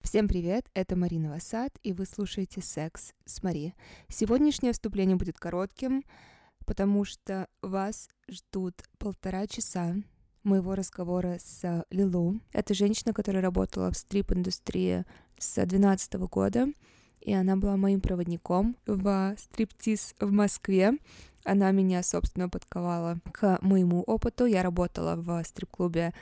Всем привет, это Марина Васад, и вы слушаете «Секс с Мари». Сегодняшнее вступление будет коротким, потому что вас ждут 1,5 часа моего разговора с Лилу. Это женщина, которая работала в стрип-индустрии с 2012 года, и она была моим проводником в стриптиз в Москве. Она меня, собственно, подковала к моему опыту. Я работала в стрип-клубе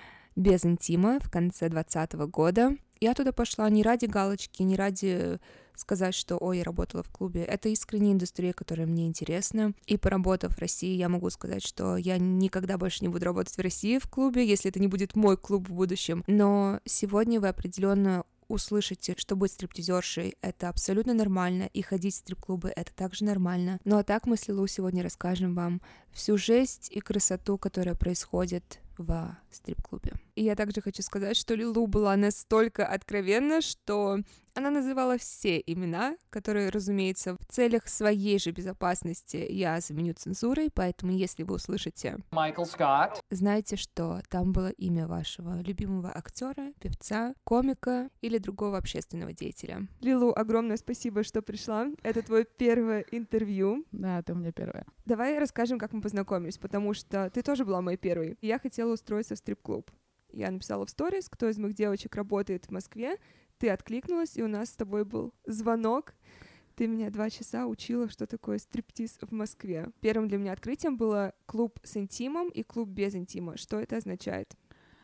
без интима в конце 2020 года. Я туда пошла не ради галочки, не ради сказать, что «Ой, я работала в клубе». Это искренняя индустрия, которая мне интересна. И поработав в России, я могу сказать, что я никогда больше не буду работать в России в клубе, если это не будет мой клуб в будущем. Но сегодня вы определенно услышите, что быть стриптизершей — это абсолютно нормально, и ходить в стрип-клубы — это также нормально. Ну а так мы с Лилу сегодня расскажем вам всю жесть и красоту, которая происходит в стрип-клубе. И я также хочу сказать, что Лилу была настолько откровенна, что она называла все имена, которые, разумеется, в целях своей же безопасности я заменю цензурой, поэтому если вы услышите Майкл Скотт, знайте, что там было имя вашего любимого актера, певца, комика или другого общественного деятеля. Лилу, огромное спасибо, что пришла. Это твое первое интервью. Да, это у меня первое. Давай расскажем, как мы познакомились, потому что ты тоже была моей первой. Я хотела устроиться в стрип-клуб. Я написала в сторис, кто из моих девочек работает в Москве. Ты откликнулась, и у нас с тобой был звонок. Ты меня 2 часа учила, что такое стриптиз в Москве. Первым для меня открытием было клуб с интимом и клуб без интима. Что это означает?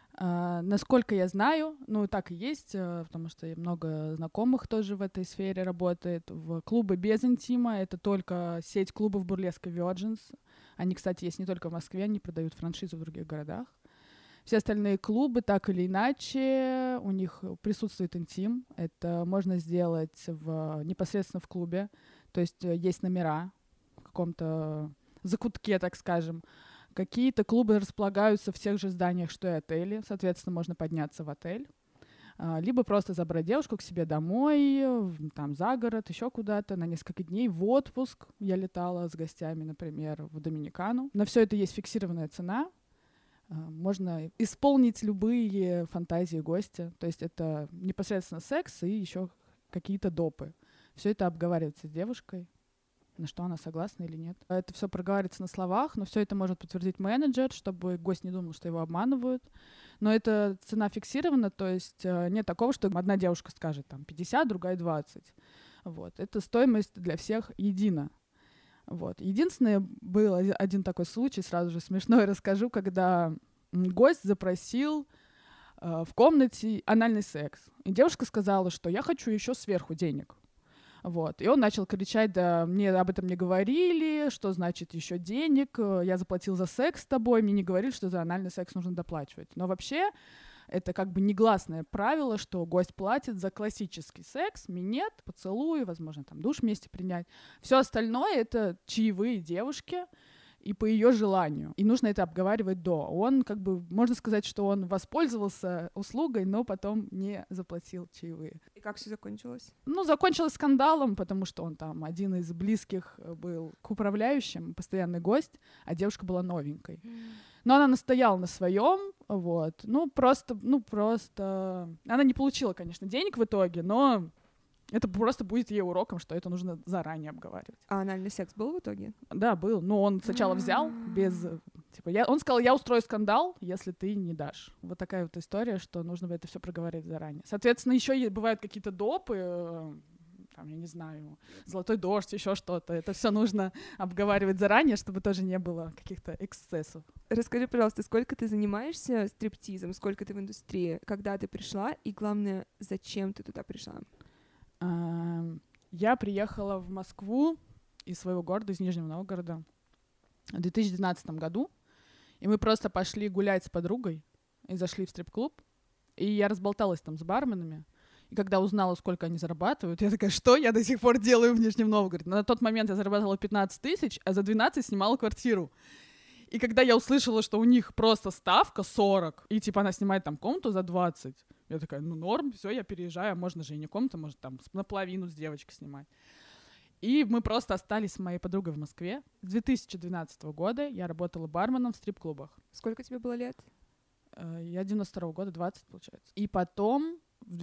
Насколько я знаю, ну так и есть, потому что много знакомых тоже в этой сфере работает. В клубы без интима — это только сеть клубов бурлеска Virgins. Они, кстати, есть не только в Москве, они продают франшизу в других городах. Все остальные клубы, так или иначе, у них присутствует интим. Это можно сделать непосредственно в клубе. То есть есть номера в каком-то закутке, так скажем. Какие-то клубы располагаются в тех же зданиях, что и отели. Соответственно, можно подняться в отель. Либо просто забрать девушку к себе домой, там, за город, еще куда-то, на несколько дней в отпуск. Я летала с гостями, например, в Доминикану. На все это есть фиксированная цена. Можно исполнить любые фантазии гостя. То есть это непосредственно секс и еще какие-то допы. Все это обговаривается с девушкой, на что она согласна или нет. Это все проговаривается на словах, но все это может подтвердить менеджер, чтобы гость не думал, что его обманывают. Но эта цена фиксирована, то есть нет такого, что одна девушка скажет там 50, другая 20. Вот. Это стоимость для всех едина. Вот. Единственное, был один такой случай, сразу же смешной расскажу, когда гость запросил в комнате анальный секс. И девушка сказала, что я хочу еще сверху денег. Вот. И он начал кричать: да мне об этом не говорили, что значит еще денег, я заплатил за секс с тобой, мне не говорили, что за анальный секс нужно доплачивать. Но вообще это как бы негласное правило, что гость платит за классический секс, минет, поцелуй, возможно, там душ вместе принять. Все остальное — это чаевые девушки и по ее желанию. И нужно это обговаривать до. Он, как бы, можно сказать, что он воспользовался услугой, но потом не заплатил чаевые. И как все закончилось? Ну, закончилось скандалом, потому что он там один из близких был к управляющим, постоянный гость, а девушка была новенькой. Но она настояла на своем, вот. Просто... Она не получила, конечно, денег в итоге, но это просто будет ей уроком, что это нужно заранее обговаривать. А анальный секс был в итоге? Да, был. Но он сначала взял без... он сказал: я устрою скандал, если ты не дашь. Вот такая вот история, что нужно это все проговорить заранее. Соответственно, еще бывают какие-то допы, там, я не знаю, золотой дождь, еще что-то. Это все нужно обговаривать заранее, чтобы тоже не было каких-то эксцессов. Расскажи, пожалуйста, сколько ты занимаешься стриптизом, сколько ты в индустрии, когда ты пришла, и главное, зачем ты туда пришла? Я приехала в Москву из своего города, из Нижнего Новгорода, в 2012 году. И мы просто пошли гулять с подругой и зашли в стрип-клуб. И я разболталась там с барменами. И когда узнала, сколько они зарабатывают, я такая: что я до сих пор делаю в Нижнем Новгороде? На тот момент я зарабатывала 15 тысяч, а за 12 снимала квартиру. И когда я услышала, что у них просто ставка 40, и типа она снимает там комнату за 20, я такая: норм, все, я переезжаю, можно же и не комнату, может там наполовину с девочкой снимать. И мы просто остались с моей подругой в Москве. С 2012 года я работала барменом в стрип-клубах. Сколько тебе было лет? Я 92 года, 20, получается. И потом в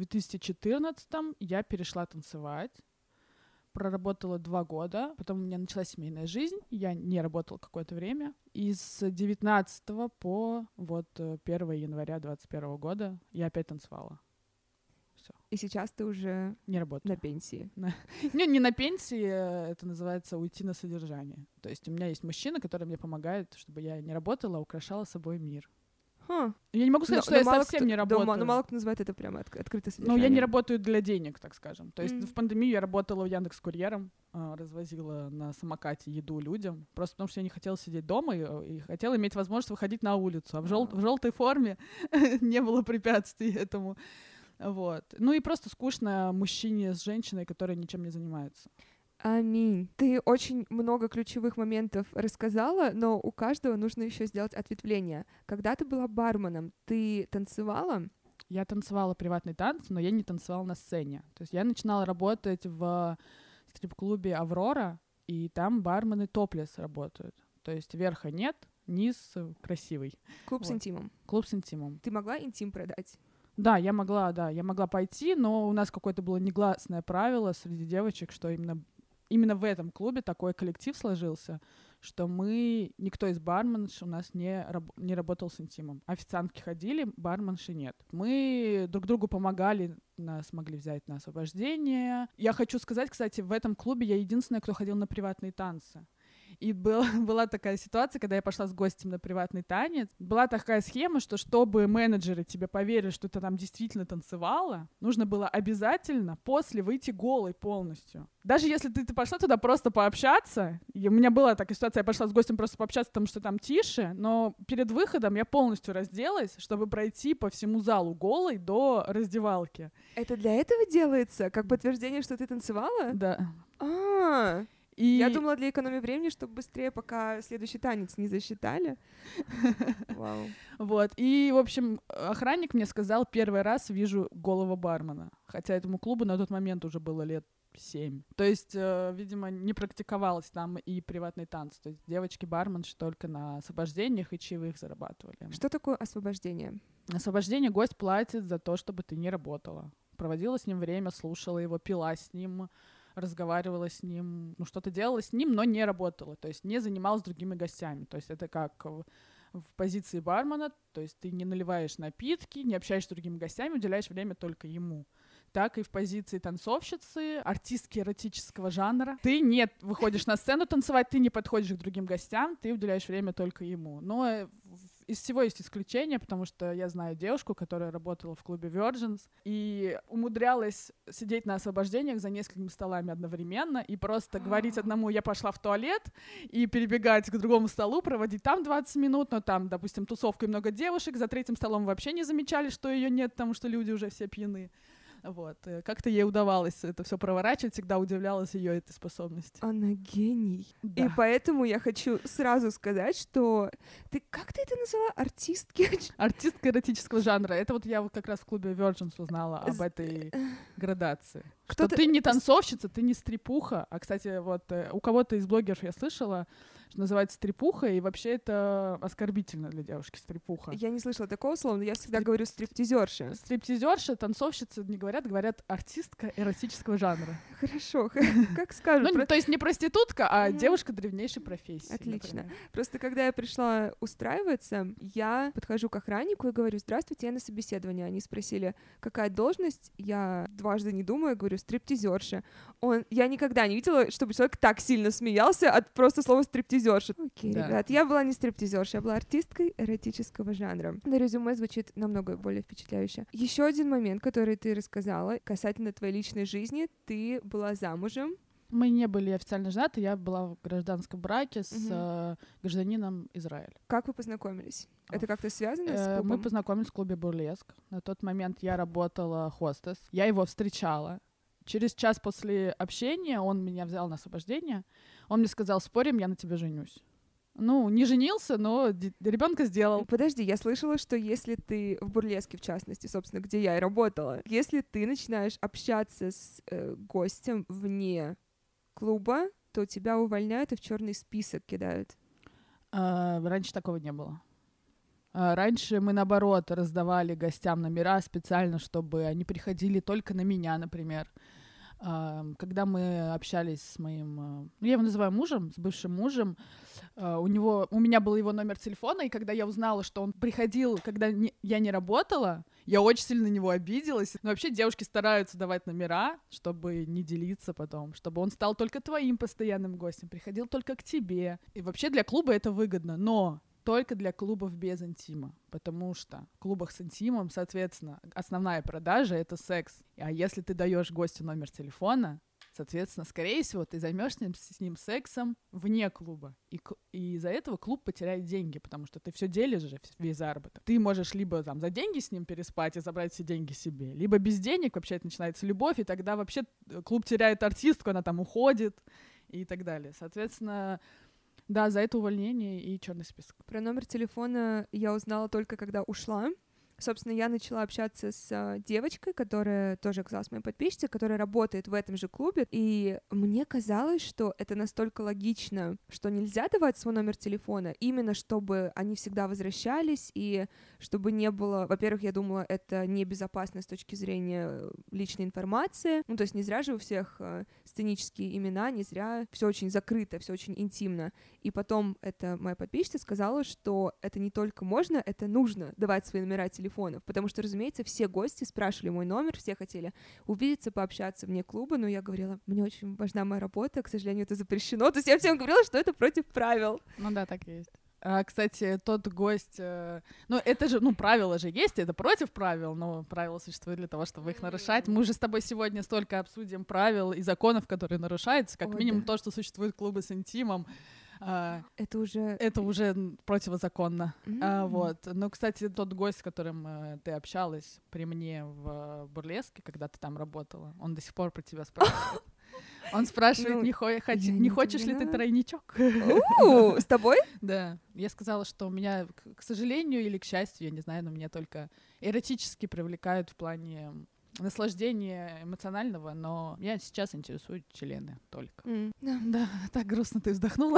2014 я перешла танцевать. Проработала 2 года, потом у меня началась семейная жизнь, я не работала какое-то время. И с 19 по 1 января 21 года я опять танцевала. Всё. И сейчас ты уже Не работаю. на пенсии. Не на пенсии, это называется уйти на содержание. То есть у меня есть мужчина, который мне помогает, чтобы я не работала, а украшала собой мир. Я не могу сказать, что я совсем не работаю. Но мало кто называет это прямо открытое содержание. Ну, я не работаю для денег, так скажем. То есть в пандемию я работала в Яндекс.Курьером, развозила на самокате еду людям, просто потому что я не хотела сидеть дома и хотела иметь возможность выходить на улицу. А в желтой форме не было препятствий этому. Вот. Ну и просто скучно мужчине с женщиной, которые ничем не занимаются. Аминь. Ты очень много ключевых моментов рассказала, но у каждого нужно еще сделать ответвление. Когда ты была барменом, ты танцевала? Я танцевала приватный танц, но я не танцевала на сцене. То есть я начинала работать в стрип-клубе «Аврора», и там бармены топлес работают. То есть верха нет, низ красивый. Клуб с интимом. Клуб с интимом. Ты могла интим продать? Да, я могла пойти, но у нас какое-то было негласное правило среди девочек, что именно в этом клубе такой коллектив сложился, что никто из барменш у нас не работал с интимом. Официантки ходили, барменши нет. Мы друг другу помогали, нас могли взять на освобождение. Я хочу сказать, кстати, в этом клубе я единственная, кто ходил на приватные танцы. И была такая ситуация, когда я пошла с гостем на приватный танец. Была такая схема, что чтобы менеджеры тебе поверили, что ты там действительно танцевала, нужно было обязательно после выйти голой полностью. Даже если ты пошла туда просто пообщаться, и у меня была такая ситуация, я пошла с гостем просто пообщаться, потому что там тише, но перед выходом я полностью разделась, чтобы пройти по всему залу голой до раздевалки. Это для этого делается? Как подтверждение, что ты танцевала? Да. Я думала, для экономии времени, чтобы быстрее, пока следующий танец не засчитали. Вау. Вот. И, в общем, охранник мне сказал, первый раз вижу голого бармена. Хотя этому клубу на тот момент уже было лет 7. То есть, видимо, не практиковалось там и приватный танц. То есть девочки-барменши только на освобождениях и чаевых зарабатывали. Что такое освобождение? Освобождение гость платит за то, чтобы ты не работала. Проводила с ним время, слушала его, пила с ним, разговаривала с ним, что-то делала с ним, но не работала, то есть не занималась другими гостями. То есть это как в позиции бармена, то есть ты не наливаешь напитки, не общаешься с другими гостями, уделяешь время только ему. Так и в позиции танцовщицы, артистки эротического жанра. Ты не выходишь на сцену танцевать, ты не подходишь к другим гостям, ты уделяешь время только ему. Но из всего есть исключения, потому что я знаю девушку, которая работала в клубе Virgins и умудрялась сидеть на освобождениях за несколькими столами одновременно и просто говорить одному: я пошла в туалет, и перебегать к другому столу, проводить там 20 минут, но там, допустим, тусовка и много девушек, за третьим столом вообще не замечали, что ее нет, потому что люди уже все пьяны. Вот. Как-то ей удавалось это все проворачивать, всегда удивлялась ее этой способности. Она гений. Да. И поэтому я хочу сразу сказать, что как ты это назвала? Артистки? Артистка эротического жанра. Это вот я как раз в клубе Virgins узнала об этой градации. Что ты не танцовщица, ты не стрипуха. А, кстати, вот у кого-то из блогеров я слышала, что называется стрипуха, и вообще это оскорбительно для девушки стрипуха. Я не слышала такого слова, но я всегда говорю стриптизерша. Стриптизерша, танцовщица не говорят артистка эротического жанра. Хорошо, как скажут. Ну, то есть не проститутка, а девушка древнейшей профессии. Отлично. Например. Просто когда я пришла устраиваться, я подхожу к охраннику и говорю: здравствуйте, я на собеседование. Они спросили, какая должность. Я дважды не думаю, говорю: стриптизерша. Я никогда не видела, чтобы человек так сильно смеялся от просто слова стриптизерша. Окей, да. Ребят, я была не стриптизерша, я была артисткой эротического жанра. На резюме звучит намного более впечатляюще. Еще один момент, который ты рассказала касательно твоей личной жизни. Ты была замужем. Мы не были официально женаты, я была в гражданском браке с гражданином Израиля. Как вы познакомились? Это как-то связано с клубом? Мы познакомились в клубе «Бурлеск». На тот момент я работала хостес. Я его встречала. Через час после общения он меня взял на освобождение. Он мне сказал: спорим, я на тебя женюсь. Ну, не женился, но ребенка сделал. Подожди, я слышала, что если ты в Бурлеске, в частности, собственно, где я и работала, если ты начинаешь общаться с гостем вне клуба, то тебя увольняют и в черный список кидают. Раньше такого не было. Раньше мы, наоборот, раздавали гостям номера специально, чтобы они приходили только на меня, например. Когда мы общались с моим, я его называю мужем, с бывшим мужем, у меня был его номер телефона, и когда я узнала, что он приходил, когда я не работала, я очень сильно на него обиделась. Но вообще девушки стараются давать номера, чтобы не делиться потом, чтобы он стал только твоим постоянным гостем, приходил только к тебе. И вообще для клуба это выгодно, но только для клубов без интима, потому что в клубах с интимом, соответственно, основная продажа — это секс. А если ты даешь гостю номер телефона, соответственно, скорее всего, ты займешься с ним сексом вне клуба. И из-за этого клуб потеряет деньги, потому что ты все делишь же, весь заработок. Ты можешь либо там за деньги с ним переспать и забрать все деньги себе, либо без денег вообще это начинается любовь, и тогда вообще клуб теряет артистку, она там уходит и так далее. Соответственно, да, за это увольнение и черный список. Про номер телефона я узнала только когда ушла. Собственно, я начала общаться с девочкой, которая тоже оказалась моей подписчицей, которая работает в этом же клубе, и мне казалось, что это настолько логично, что нельзя давать свой номер телефона, именно чтобы они всегда возвращались, и чтобы не было... Во-первых, я думала, это небезопасно с точки зрения личной информации, ну, то есть не зря же у всех сценические имена, не зря все очень закрыто, все очень интимно. И потом эта моя подписчица сказала, что это не только можно, это нужно давать свои номера телефонов, потому что, разумеется, все гости спрашивали мой номер, все хотели увидеться, пообщаться вне клуба, но я говорила, мне очень важна моя работа, к сожалению, это запрещено, то есть я всем говорила, что это против правил. Ну да, так и есть. Кстати, тот гость... Ну, это же, ну, правила же есть, это против правил, но правила существуют для того, чтобы их нарушать. Мы уже с тобой сегодня столько обсудим правил и законов, которые нарушаются, как минимум то, что существуют клубы с интимом. Это уже противозаконно. Вот. Ну, кстати, тот гость, с которым ты общалась при мне в Бурлеске, когда ты там работала, он до сих пор про тебя спрашивает. Он спрашивает, не хочешь ли ты тройничок? С тобой? Да. Я сказала, что меня, к сожалению или к счастью, я не знаю, но меня только эротически привлекают в плане наслаждения эмоционального, но меня сейчас интересуют члены только. Да, так грустно ты вздохнула.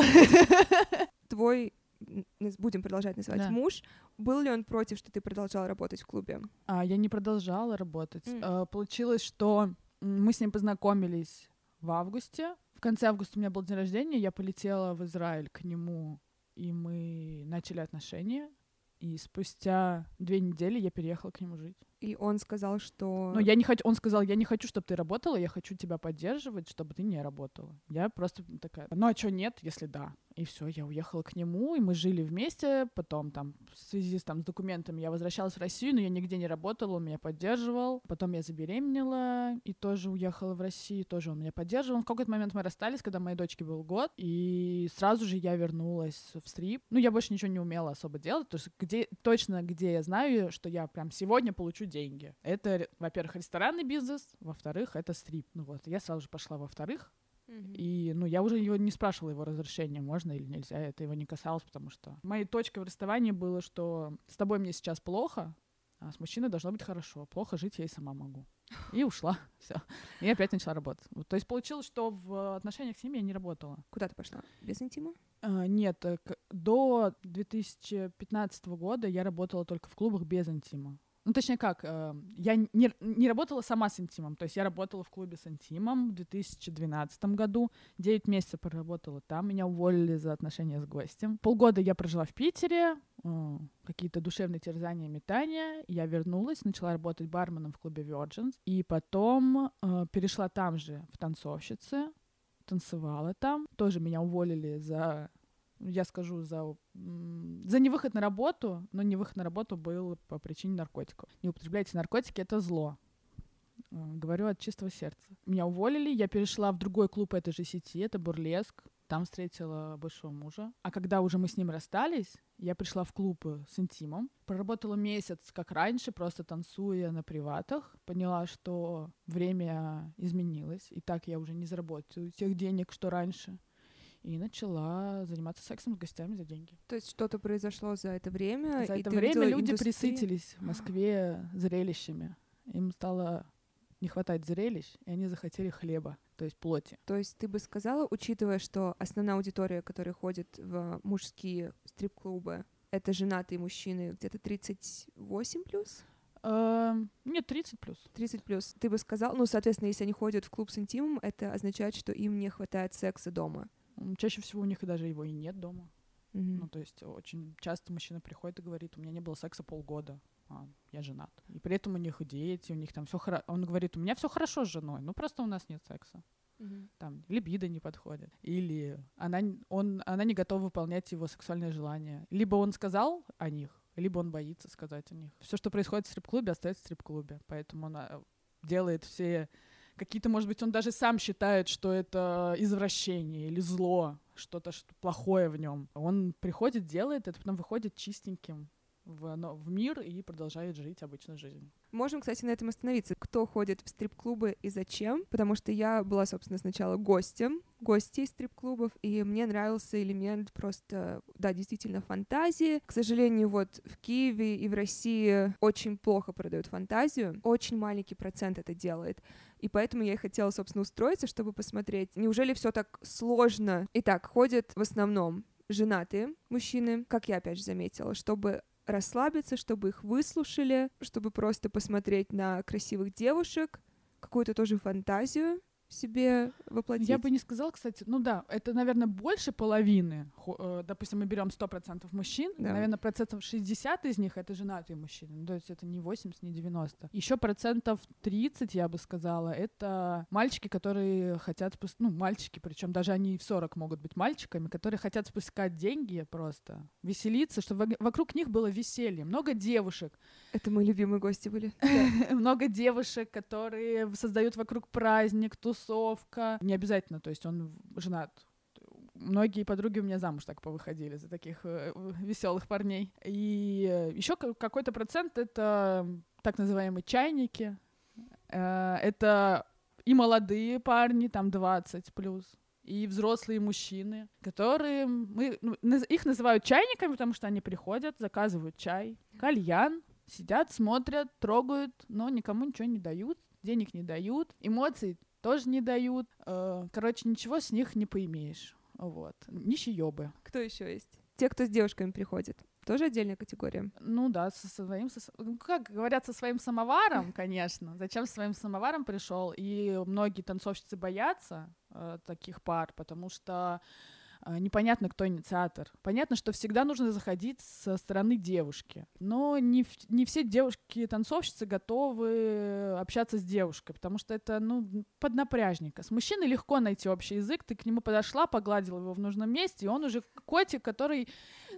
Твой, будем продолжать называть, муж, был ли он против, что ты продолжала работать в клубе? Я не продолжала работать. Получилось, что мы с ним познакомились в августе. В конце августа у меня был день рождения, я полетела в Израиль к нему, и мы начали отношения. И спустя 2 недели я переехала к нему жить. И он сказал, что... Ну, он сказал, я не хочу, чтобы ты работала, я хочу тебя поддерживать, чтобы ты не работала. Я просто такая, ну а чё нет, если да? И все, я уехала к нему, и мы жили вместе. Потом там в связи с документами я возвращалась в Россию, но я нигде не работала, он меня поддерживал. Потом я забеременела и тоже уехала в Россию, тоже он меня поддерживал. В какой-то момент мы расстались, когда моей дочке был год, и сразу же я вернулась в стрип. Ну, я больше ничего не умела особо делать, то есть где я знаю, что я прям сегодня получу деньги. Это, во-первых, ресторанный бизнес, во-вторых, это стрип. Ну вот, я сразу же пошла во-вторых. И, ну, я уже его не спрашивала его разрешения, можно или нельзя, это его не касалось, потому что моей точкой в расставании было, что с тобой мне сейчас плохо, а с мужчиной должно быть хорошо, плохо жить я и сама могу. И ушла, все. И опять начала работать. Вот, то есть получилось, что в отношениях с ним я не работала. Куда ты пошла? Без интима? Нет, до 2015 года я работала только в клубах без интима. Ну, точнее как, я не работала сама с интимом, то есть я работала в клубе с интимом в 2012 году, 9 месяцев проработала там, меня уволили за отношения с гостем. Полгода я прожила в Питере, какие-то душевные терзания, метания, я вернулась, начала работать барменом в клубе Virgins, и потом перешла там же в танцовщицы, танцевала там, тоже меня уволили за... Я скажу, за невыход на работу, но невыход на работу был по причине наркотиков. Не употребляйте наркотики, это зло. Говорю от чистого сердца. Меня уволили, я перешла в другой клуб этой же сети, это Бурлеск. Там встретила бывшего мужа. А когда уже мы с ним расстались, я пришла в клуб с интимом. Проработала месяц, как раньше, просто танцуя на приватах. Поняла, что время изменилось, и так я уже не заработаю тех денег, что раньше. И начала заниматься сексом с гостями за деньги. То есть что-то произошло за это время? За это время люди присытились в Москве зрелищами. Им стало не хватать зрелищ, и они захотели хлеба, то есть плоти. То есть ты бы сказала, учитывая, что основная аудитория, которая ходит в мужские стрип-клубы, это женатые мужчины где-то 38 плюс? Нет, 30 плюс. 30 плюс. Ты бы сказал, ну, соответственно, если они ходят в клуб с интимом, это означает, что им не хватает секса дома. Чаще всего у них и даже его и нет дома. Мгм. Ну, то есть очень часто мужчина приходит и говорит, у меня не было секса полгода, я женат. И при этом у них дети, у них там все хорошо. Он говорит, у меня все хорошо с женой, ну просто у нас нет секса. Мгм. Там либидо не подходит. Или она не готова выполнять его сексуальные желания. Либо он сказал о них, либо он боится сказать о них. Все, что происходит в стрип-клубе, остается в стрип-клубе. Поэтому она делает все какие-то, может быть, он даже сам считает, что это извращение или зло, что-то плохое в нем. Он приходит, делает это, потом выходит чистеньким в мир и продолжает жить обычной жизнью. Можем, кстати, на этом остановиться. Кто ходит в стрип-клубы и зачем? Потому что я была, собственно, сначала гостьей стрип-клубов, и мне нравился элемент просто, да, действительно фантазии. К сожалению, вот в Киеве и в России очень плохо продают фантазию. Очень маленький процент это делает. И поэтому я и хотела, собственно, устроиться, чтобы посмотреть, неужели все так сложно. Итак, ходят в основном женатые мужчины, как я опять же заметила, чтобы расслабиться, чтобы их выслушали, чтобы просто посмотреть на красивых девушек, какую-то тоже фантазию себе воплотить. Я бы не сказала, кстати, ну да, это, наверное, больше половины. Допустим, мы берем 100% мужчин, Да. наверное, 60% из них — это женатые мужчины, ну, то есть это не 80, не 90. Еще 30%, я бы сказала, это мальчики, которые хотят, ну, мальчики, причем даже они и в 40 могут быть мальчиками, которые хотят спускать деньги просто, веселиться, чтобы вокруг них было веселье. Много девушек. Это мои любимые гости были. Много девушек, которые создают вокруг праздник, тусовка. Не обязательно, то есть он женат. Многие подруги у меня замуж так повыходили за таких веселых парней. И еще какой-то процент — это так называемые чайники. Это и молодые парни, там 20 плюс, и взрослые мужчины, которые... их называют чайниками, потому что они приходят, заказывают чай, кальян, сидят, смотрят, трогают, но никому ничего не дают, денег не дают, эмоций тоже не дают. Короче, ничего с них не поимеешь. Вот. Нищеёбы. Кто еще есть? Те, кто с девушками приходит. Тоже отдельная категория. Ну да, как говорят, со своим самоваром, конечно. Зачем со своим самоваром пришел? И многие танцовщицы боятся таких пар, потому что непонятно, кто инициатор. Понятно, что всегда нужно заходить со стороны девушки. Но не все девушки-танцовщицы готовы общаться с девушкой, потому что это, поднапряжненько. С мужчиной легко найти общий язык. Ты к нему подошла, погладила его в нужном месте, и он уже котик, который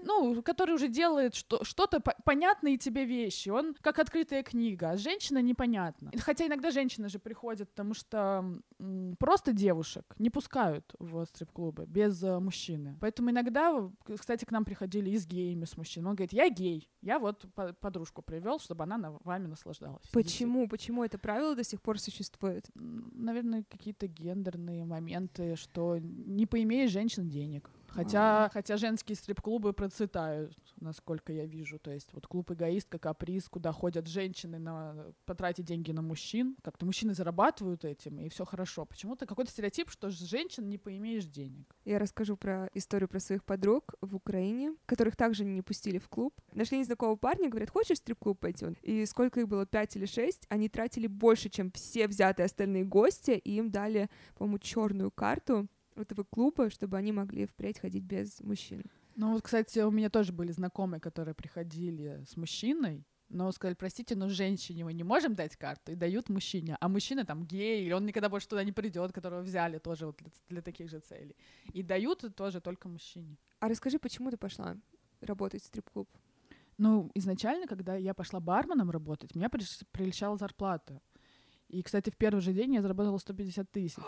уже делает что-то понятные тебе вещи. Он как открытая книга, а женщина непонятна. Хотя иногда женщины же приходят, потому что просто девушек не пускают в стрип-клубы без мужчины. Поэтому иногда, кстати, к нам приходили и с геями, с мужчинами. Он говорит, я гей, я вот подружку привел, чтобы она вами наслаждалась. Почему? Почему это правило до сих пор существует? Наверное, какие-то гендерные моменты, что не поимеешь женщин денег. Хотя женские стрип-клубы процветают, насколько я вижу. То есть вот клуб «Эгоистка», «Каприз», куда ходят женщины потратить деньги на мужчин. Как-то мужчины зарабатывают этим, и все хорошо. Почему-то какой-то стереотип, что с женщин не поимеешь денег. Я расскажу про историю про своих подруг в Украине, которых также не пустили в клуб. Нашли незнакомого парня, говорят, хочешь в стрип-клуб пойти? И сколько их было, 5 или 6, они тратили больше, чем все взятые остальные гости, и им дали, по-моему, черную карту этого клуба, чтобы они могли впредь ходить без мужчин. Ну вот, кстати, у меня тоже были знакомые, которые приходили с мужчиной, но сказали, простите, но женщине мы не можем дать карту, и дают мужчине. А мужчина там гей, или он никогда больше туда не придет, которого взяли тоже вот для таких же целей. И дают тоже только мужчине. А расскажи, почему ты пошла работать в стрип-клуб? Ну, изначально, когда я пошла барменом работать, мне прилетела зарплата. И, кстати, в первый же день я заработала 150 тысяч.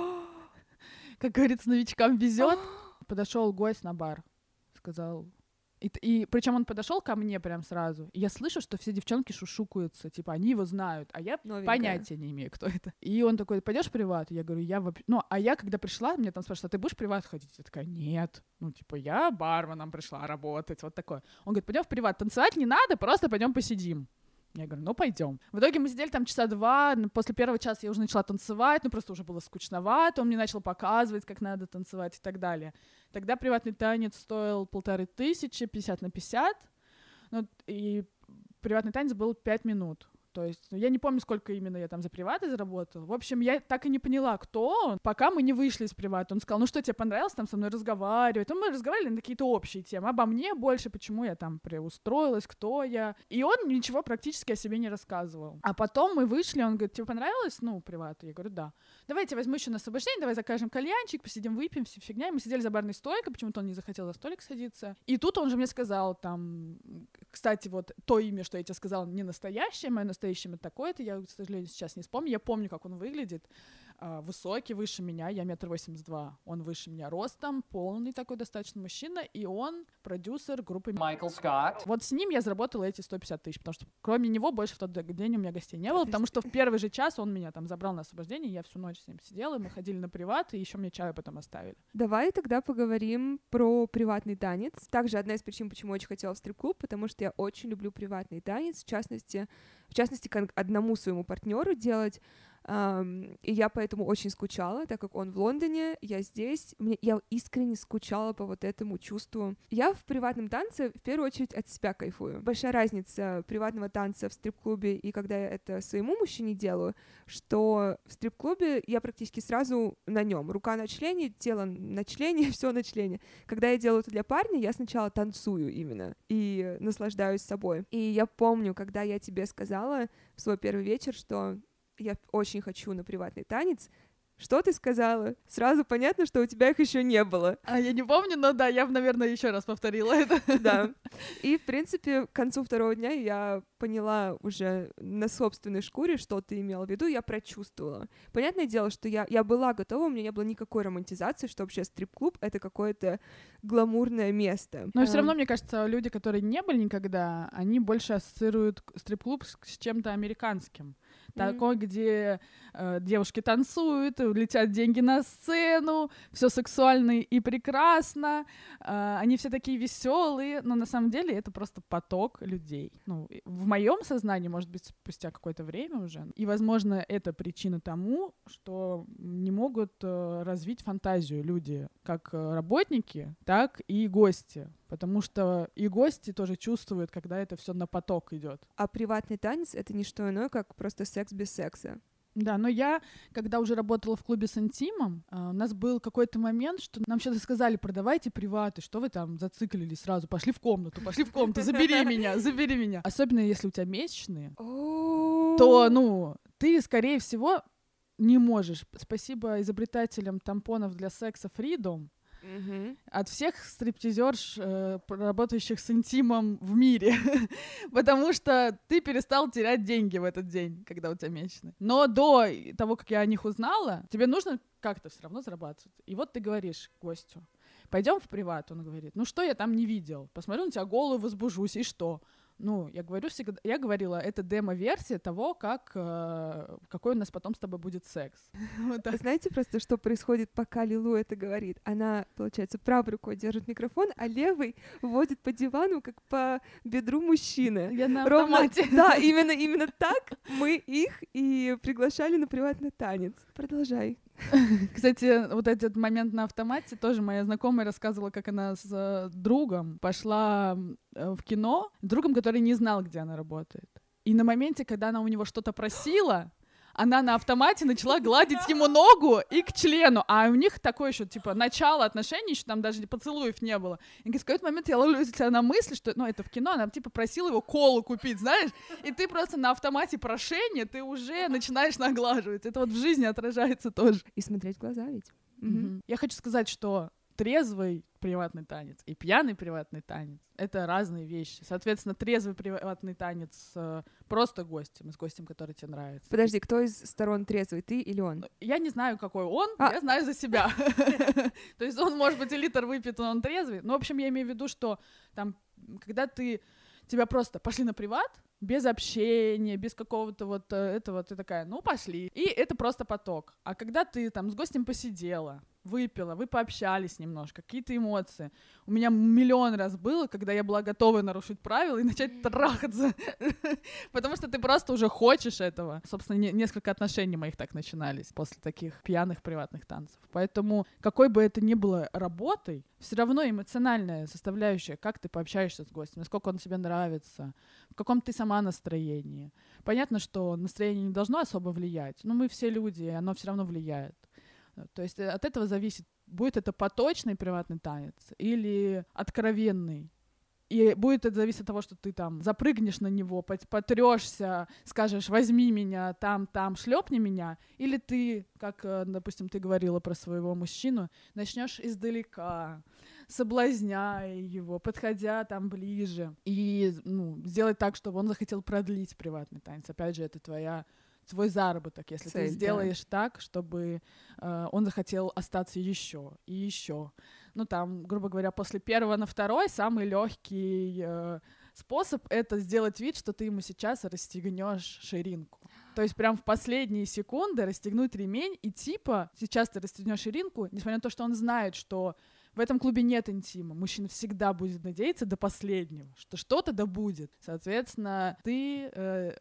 Как говорится, новичкам везет. Подошел гость на бар, сказал... И причем он подошел ко мне прям сразу, и я слышу, что все девчонки шушукаются, типа, они его знают, а я понятия не имею, кто это. И он такой, пойдешь в приват? Я говорю, я вообще... а я, когда пришла, мне там спрашивают, а ты будешь в приват ходить? Я такая, нет. Я барменом пришла работать, вот такое. Он говорит, пойдем в приват, танцевать не надо, просто пойдем посидим. Я говорю, ну, пойдем. В итоге мы сидели там часа 2, после первого часа я уже начала танцевать, просто уже было скучновато, он мне начал показывать, как надо танцевать и так далее. Тогда приватный танец стоил 1500, 50 на 50, и приватный танец был 5 минут. То есть, я не помню, сколько именно я там за приваты заработала. В общем, я так и не поняла, кто он, пока мы не вышли из привата. Он сказал, ну что, тебе понравилось там со мной разговаривать? Мы разговаривали на какие-то общие темы, обо мне больше, почему я там устроилась, кто я. И он ничего практически о себе не рассказывал. А потом мы вышли, он говорит, тебе понравилось, приват? Я говорю, да. Давайте возьму еще на освобождение, давай закажем кальянчик, посидим, выпьем, все фигня. И мы сидели за барной стойкой, почему-то он не захотел за столик садиться. И тут он же мне сказал, там, кстати, вот то имя, что я тебе сказала, не настоящее, мое настоящее имя такое-то, я, к сожалению, сейчас не вспомню. Я помню, как он выглядит. Высокий, выше меня, я 1,82 м. Он выше меня ростом, полный такой достаточно мужчина, и он продюсер группы Майкл Скотт. Вот с ним я заработала эти 150 тысяч, потому что кроме него больше в тот день у меня гостей не было, потому что в первый же час он меня там забрал на освобождение, я всю ночь с ним сидела, мы ходили на приват, и еще мне чаю потом оставили. Давай тогда поговорим про приватный танец. Также одна из причин, почему очень хотела в стрип-клуб, потому что я очень люблю приватный танец, в частности, к одному своему партнеру делать. И я поэтому очень скучала, так как он в Лондоне, я здесь. Я искренне скучала по вот этому чувству. Я в приватном танце в первую очередь от себя кайфую. Большая разница приватного танца в стрип-клубе и когда я это своему мужчине делаю, что в стрип-клубе я практически сразу на нем. Рука на члене, тело на члене, все на члене. Когда я делаю это для парня, я сначала танцую именно и наслаждаюсь собой. И я помню, когда я тебе сказала в свой первый вечер, что я очень хочу на приватный танец. Что ты сказала? Сразу понятно, что у тебя их еще не было. Я не помню, но да, я бы, наверное, еще раз повторила это. Да. И, в принципе, к концу второго дня я поняла уже на собственной шкуре, что ты имела в виду, я прочувствовала. Понятное дело, что я была готова, у меня не было никакой романтизации, что вообще стрип-клуб — это какое-то гламурное место. Но все равно, мне кажется, люди, которые не были никогда, они больше ассоциируют стрип-клуб с чем-то американским. Такой, где девушки танцуют, летят деньги на сцену, все сексуально и прекрасно, они все такие веселые, но на самом деле это просто поток людей. В моем сознании, может быть, спустя какое-то время уже. И, возможно, это причина тому, что не могут развить фантазию люди, как работники, так и гости. Потому что и гости тоже чувствуют, когда это все на поток идет. А приватный танец — это не что иное, как просто секс без секса. Да, но я, когда уже работала в клубе с интимом, у нас был какой-то момент, что нам что-то сказали, продавайте приваты, что вы там зациклились сразу, пошли в комнату, забери меня. Особенно если у тебя месячные, то, ты, скорее всего, не можешь. Спасибо изобретателям тампонов для секса Freedom. От всех стриптизерш, работающих с интимом в мире, потому что ты перестал терять деньги в этот день, когда у тебя месячные. Но до того, как я о них узнала, тебе нужно как-то все равно зарабатывать. И вот ты говоришь гостю, пойдем в приват, он говорит, что я там не видел, посмотрю на тебя голую, возбужусь, и что? Я говорила, это демо-версия того, какой у нас потом с тобой будет секс. Знаете просто, что происходит, пока Лилу это говорит? Она, получается, правой рукой держит микрофон, а левой водит по дивану, как по бедру мужчины. Я на автомате. Да, именно так мы их и приглашали на приватный танец. Продолжай. Кстати, вот этот момент на автомате тоже моя знакомая рассказывала, как она с другом пошла в кино, другом, который не знал, где она работает. И на моменте, когда она у него что-то просила, она на автомате начала гладить ему ногу и к члену, а у них такое еще, начало отношений, еще там даже поцелуев не было. И в какой-то момент я ловлю себя на мысли, что, это в кино, она, просила его колу купить, знаешь, и ты просто на автомате прошения, ты уже начинаешь наглаживать. Это вот в жизни отражается тоже. И смотреть в глаза ведь. Я хочу сказать, что трезвый приватный танец и пьяный приватный танец — это разные вещи. Соответственно, трезвый приватный танец просто гостем, с гостем, который тебе нравится. Подожди, кто из сторон трезвый, ты или он? Я не знаю, какой он, я знаю за себя. То есть он, может быть, и литр выпит, но он трезвый. Но, в общем, я имею в виду, что там, когда тебя просто пошли на приват, без общения, без какого-то вот этого, ты такая, пошли. И это просто поток. А когда ты там с гостем посидела, выпила, вы пообщались немножко, какие-то эмоции. У меня миллион раз было, когда я была готова нарушить правила и начать трахаться, потому что ты просто уже хочешь этого. Собственно, несколько отношений моих так начинались после таких пьяных приватных танцев. Поэтому, какой бы это ни было работой, все равно эмоциональная составляющая, как ты пообщаешься с гостем, насколько он тебе нравится, в каком ты сама настроении. Понятно, что настроение не должно особо влиять, но мы все люди, и оно все равно влияет. То есть от этого зависит, будет это поточный приватный танец или откровенный. И будет это зависеть от того, что ты там запрыгнешь на него, потрёшься, скажешь, возьми меня, там, шлепни меня, или ты, как, допустим, ты говорила про своего мужчину, начнешь издалека, соблазняя его, подходя там ближе, и сделать так, чтобы он захотел продлить приватный танец. Опять же, это твой заработок, если Цель, ты сделаешь так, чтобы он захотел остаться еще и еще. Ну, там, грубо говоря, после первого на второй самый легкий способ — это сделать вид, что ты ему сейчас расстегнешь ширинку. То есть прям в последние секунды расстегнуть ремень и типа сейчас ты расстегнешь ширинку, несмотря на то, что он знает, что в этом клубе нет интима. Мужчина всегда будет надеяться до последнего, что что-то да будет. Соответственно, ты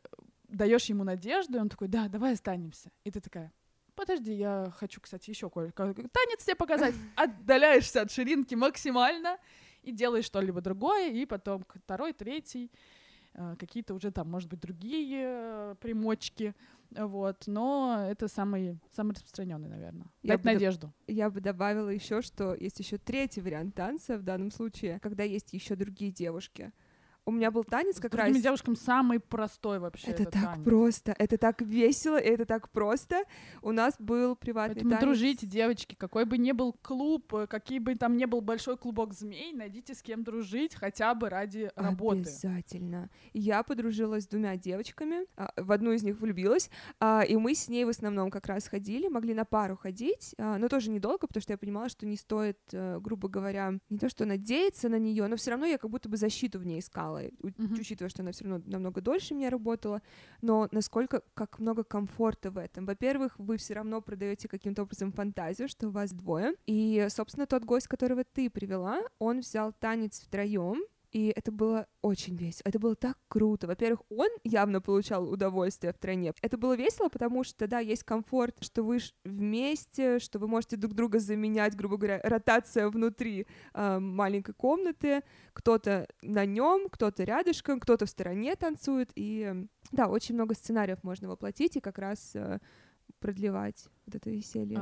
даешь ему надежду, и он такой: да, давай останемся. И ты такая: подожди, я хочу, кстати, еще танец тебе показать. Отдаляешься от ширинки максимально и делаешь что-либо другое, и потом второй, третий, какие-то уже там, может быть, другие примочки. Вот, но это самый распространенный, наверное. Дать надежду. Я бы добавила еще, что есть еще третий вариант танца в данном случае, когда есть еще другие девушки. У меня был танец как раз... С другими девушками самый простой вообще. Это так танец. просто, это так весело, и это так просто. У нас был приватный Поэтому танец. дружите, девочки, какой бы ни был клуб, какой бы там ни был большой клубок змей, найдите с кем дружить хотя бы ради работы. Обязательно. Я подружилась с двумя девочками, в одну из них влюбилась, и мы с ней в основном как раз ходили, могли на пару ходить, но тоже недолго, потому что я понимала, что не стоит, грубо говоря, не то что надеяться на нее, но все равно я как будто бы защиту в ней искала, учитывая, что она все равно намного дольше меня работала, но насколько, как много комфорта в этом. Во-первых, вы все равно продаете каким-то образом фантазию, что у вас двое, и, собственно, тот гость, которого ты привела, он взял танец втроем, и это было очень весело. Это было так круто. Во-первых, он явно получал удовольствие в тройне. Это было весело, потому что, да, есть комфорт, что вы вместе, что вы можете друг друга заменять, грубо говоря, ротация внутри маленькой комнаты. Кто-то на нем, кто-то рядышком, кто-то в стороне танцует. И, да, очень много сценариев можно воплотить и как раз продлевать вот это веселье.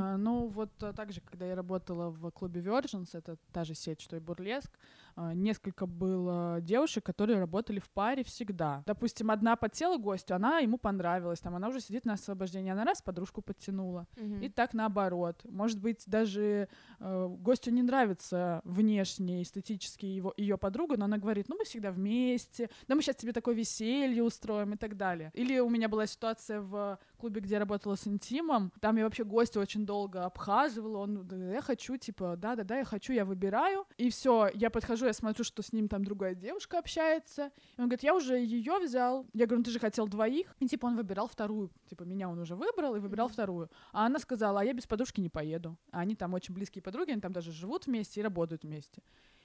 Так же, когда я работала в клубе Virgins, это та же сеть, что и Бурлеск, несколько было девушек, которые работали в паре всегда. Допустим, одна подсела к гостю, она ему понравилась, там она уже сидит на освобождении, она раз подружку подтянула. И так наоборот. Может быть, даже гостю не нравится внешне, эстетически ее подруга, но она говорит: ну мы всегда вместе, да мы сейчас тебе такое веселье устроим и так далее. Или у меня была ситуация в клубе, где я работала с интимом, там я вообще гостя очень долго обхаживала, он: я хочу, типа, да, я хочу, я выбираю, и все, я подхожу, я смотрю, что с ним там другая девушка общается, и он говорит: я уже ее взял. Я говорю: ну ты же хотел двоих, и типа он выбирал вторую, типа меня он уже выбрал и выбирал вторую, а она сказала: а я без подружки не поеду, а они там очень близкие подруги, они там даже живут вместе и работают вместе,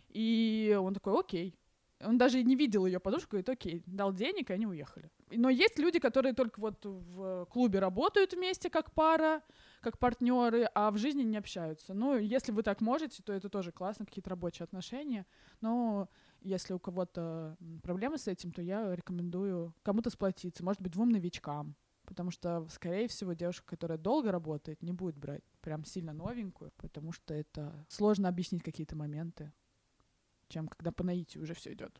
и он такой: окей. Он даже не видел ее подружку, говорит: окей, дал денег, и они уехали. Но есть люди, которые только вот в клубе работают вместе как пара, как партнеры, а в жизни не общаются. Ну, если вы так можете, то это тоже классно, какие-то рабочие отношения. Но если у кого-то проблемы с этим, то я рекомендую кому-то сплотиться, может быть, двум новичкам. Потому что, скорее всего, девушка, которая долго работает, не будет брать прям сильно новенькую, потому что это сложно объяснить какие-то моменты, чем когда по наитию уже все идет.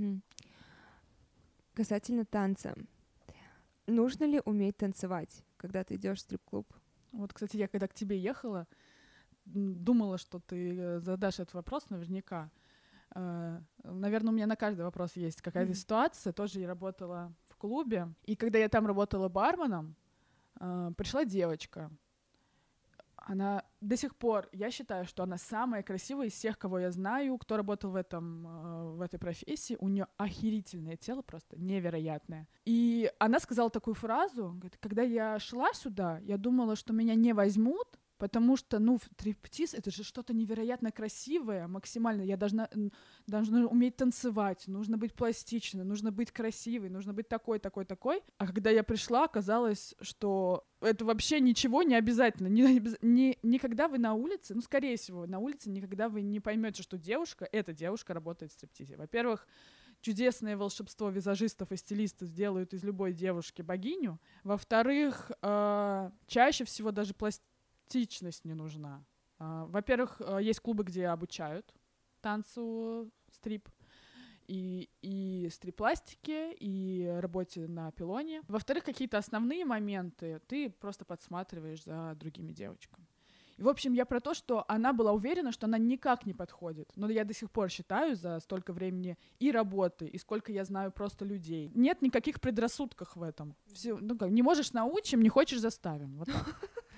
Касательно танца. Нужно ли уметь танцевать, когда ты идешь в стрип-клуб? Вот, кстати, я когда к тебе ехала, думала, что ты задашь этот вопрос наверняка. Наверное, у меня на каждый вопрос есть какая-то ситуация. Тоже я работала в клубе, и когда я там работала барменом, пришла девочка. Она до сих пор, я считаю, что она самая красивая из всех, кого я знаю, кто работал в этой профессии. У нее охерительное тело, просто невероятное. И она сказала такую фразу, говорит: когда я шла сюда, я думала, что меня не возьмут, потому что, ну, стриптиз — это же что-то невероятно красивое, максимально. Я должна уметь танцевать, нужно быть пластичной, нужно быть красивой, нужно быть такой. А когда я пришла, оказалось, что это вообще ничего не обязательно. Никогда вы на улице, ну, скорее всего, на улице никогда вы не поймете, что эта девушка работает в стриптизе. Во-первых, чудесное волшебство визажистов и стилистов сделают из любой девушки богиню. Во-вторых, чаще всего даже пластичность не нужна. Во-первых, есть клубы, где обучают танцу стрип, и стрип-пластике, и работе на пилоне. Во-вторых, какие-то основные моменты ты просто подсматриваешь за другими девочками. И, в общем, я про то, что она была уверена, что она никак не подходит. Но я до сих пор считаю за столько времени и работы, и сколько я знаю просто людей. Нет никаких предрассудков в этом. Не можешь — научим, не хочешь — заставим. Вот так.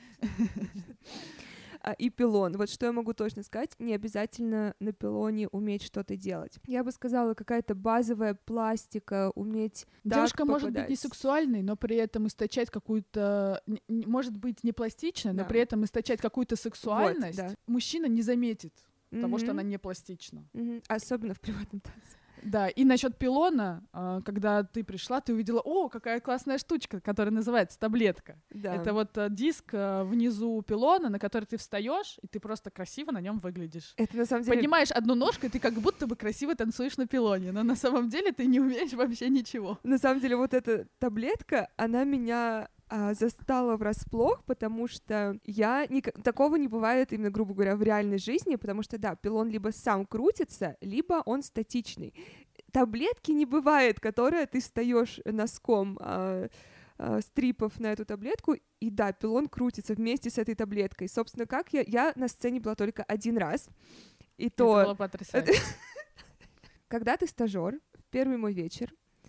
И пилон. Вот что я могу точно сказать, не обязательно на пилоне уметь что-то делать. Я бы сказала, какая-то базовая пластика, уметь девушка так может быть не сексуальной, но при этом источать какую-то, может быть не пластичной, но при этом источать какую-то сексуальность. Вот, да. Мужчина не заметит того, что она не пластична. Особенно в приватном танце. Да, и насчет пилона, когда ты пришла, ты увидела, какая классная штучка, которая называется таблетка. Да. Это вот диск внизу пилона, на который ты встаешь, и ты просто красиво на нем выглядишь. Это на самом деле... Поднимаешь одну ножку, и ты как будто бы красиво танцуешь на пилоне, но на самом деле ты не умеешь вообще ничего. На самом деле вот эта таблетка, она меня застала врасплох, потому что такого не бывает именно, грубо говоря, в реальной жизни, потому что, да, пилон либо сам крутится, либо он статичный. Таблетки не бывает, которая ты встаешь носком стрипов на эту таблетку, и да, пилон крутится вместе с этой таблеткой. Собственно, как я на сцене была только один раз, и то... Это было потрясающе. Когда ты стажёр, в первый мой вечер,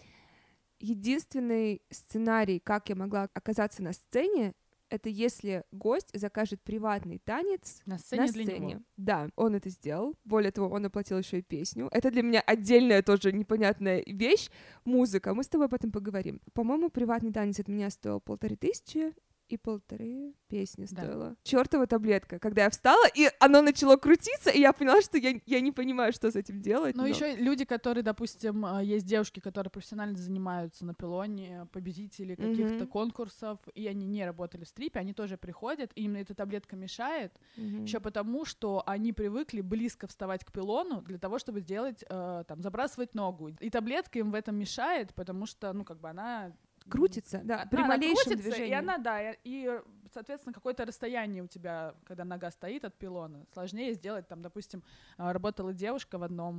единственный сценарий, как я могла оказаться на сцене, это если гость закажет приватный танец на сцене. Для него. Да, он это сделал. Более того, он оплатил еще и песню. Это для меня отдельная тоже непонятная вещь. Музыка. Мы с тобой об этом поговорим. По-моему, приватный танец от меня стоил 1500, и 1,5 песни стоила. Да. Чёртова таблетка. Когда я встала, и оно начало крутиться, и я поняла, что я не понимаю, что с этим делать. Но еще люди, которые, допустим, есть девушки, которые профессионально занимаются на пилоне, победители каких-то конкурсов, и они не работали в стрипе, они тоже приходят, и именно эта таблетка мешает, еще потому, что они привыкли близко вставать к пилону для того, чтобы сделать, забрасывать ногу. И таблетка им в этом мешает, потому что, она... крутится, да, при малейшем движении. И она, да, и, соответственно, какое-то расстояние у тебя, когда нога стоит от пилона, сложнее сделать. Там, допустим, работала девушка в одном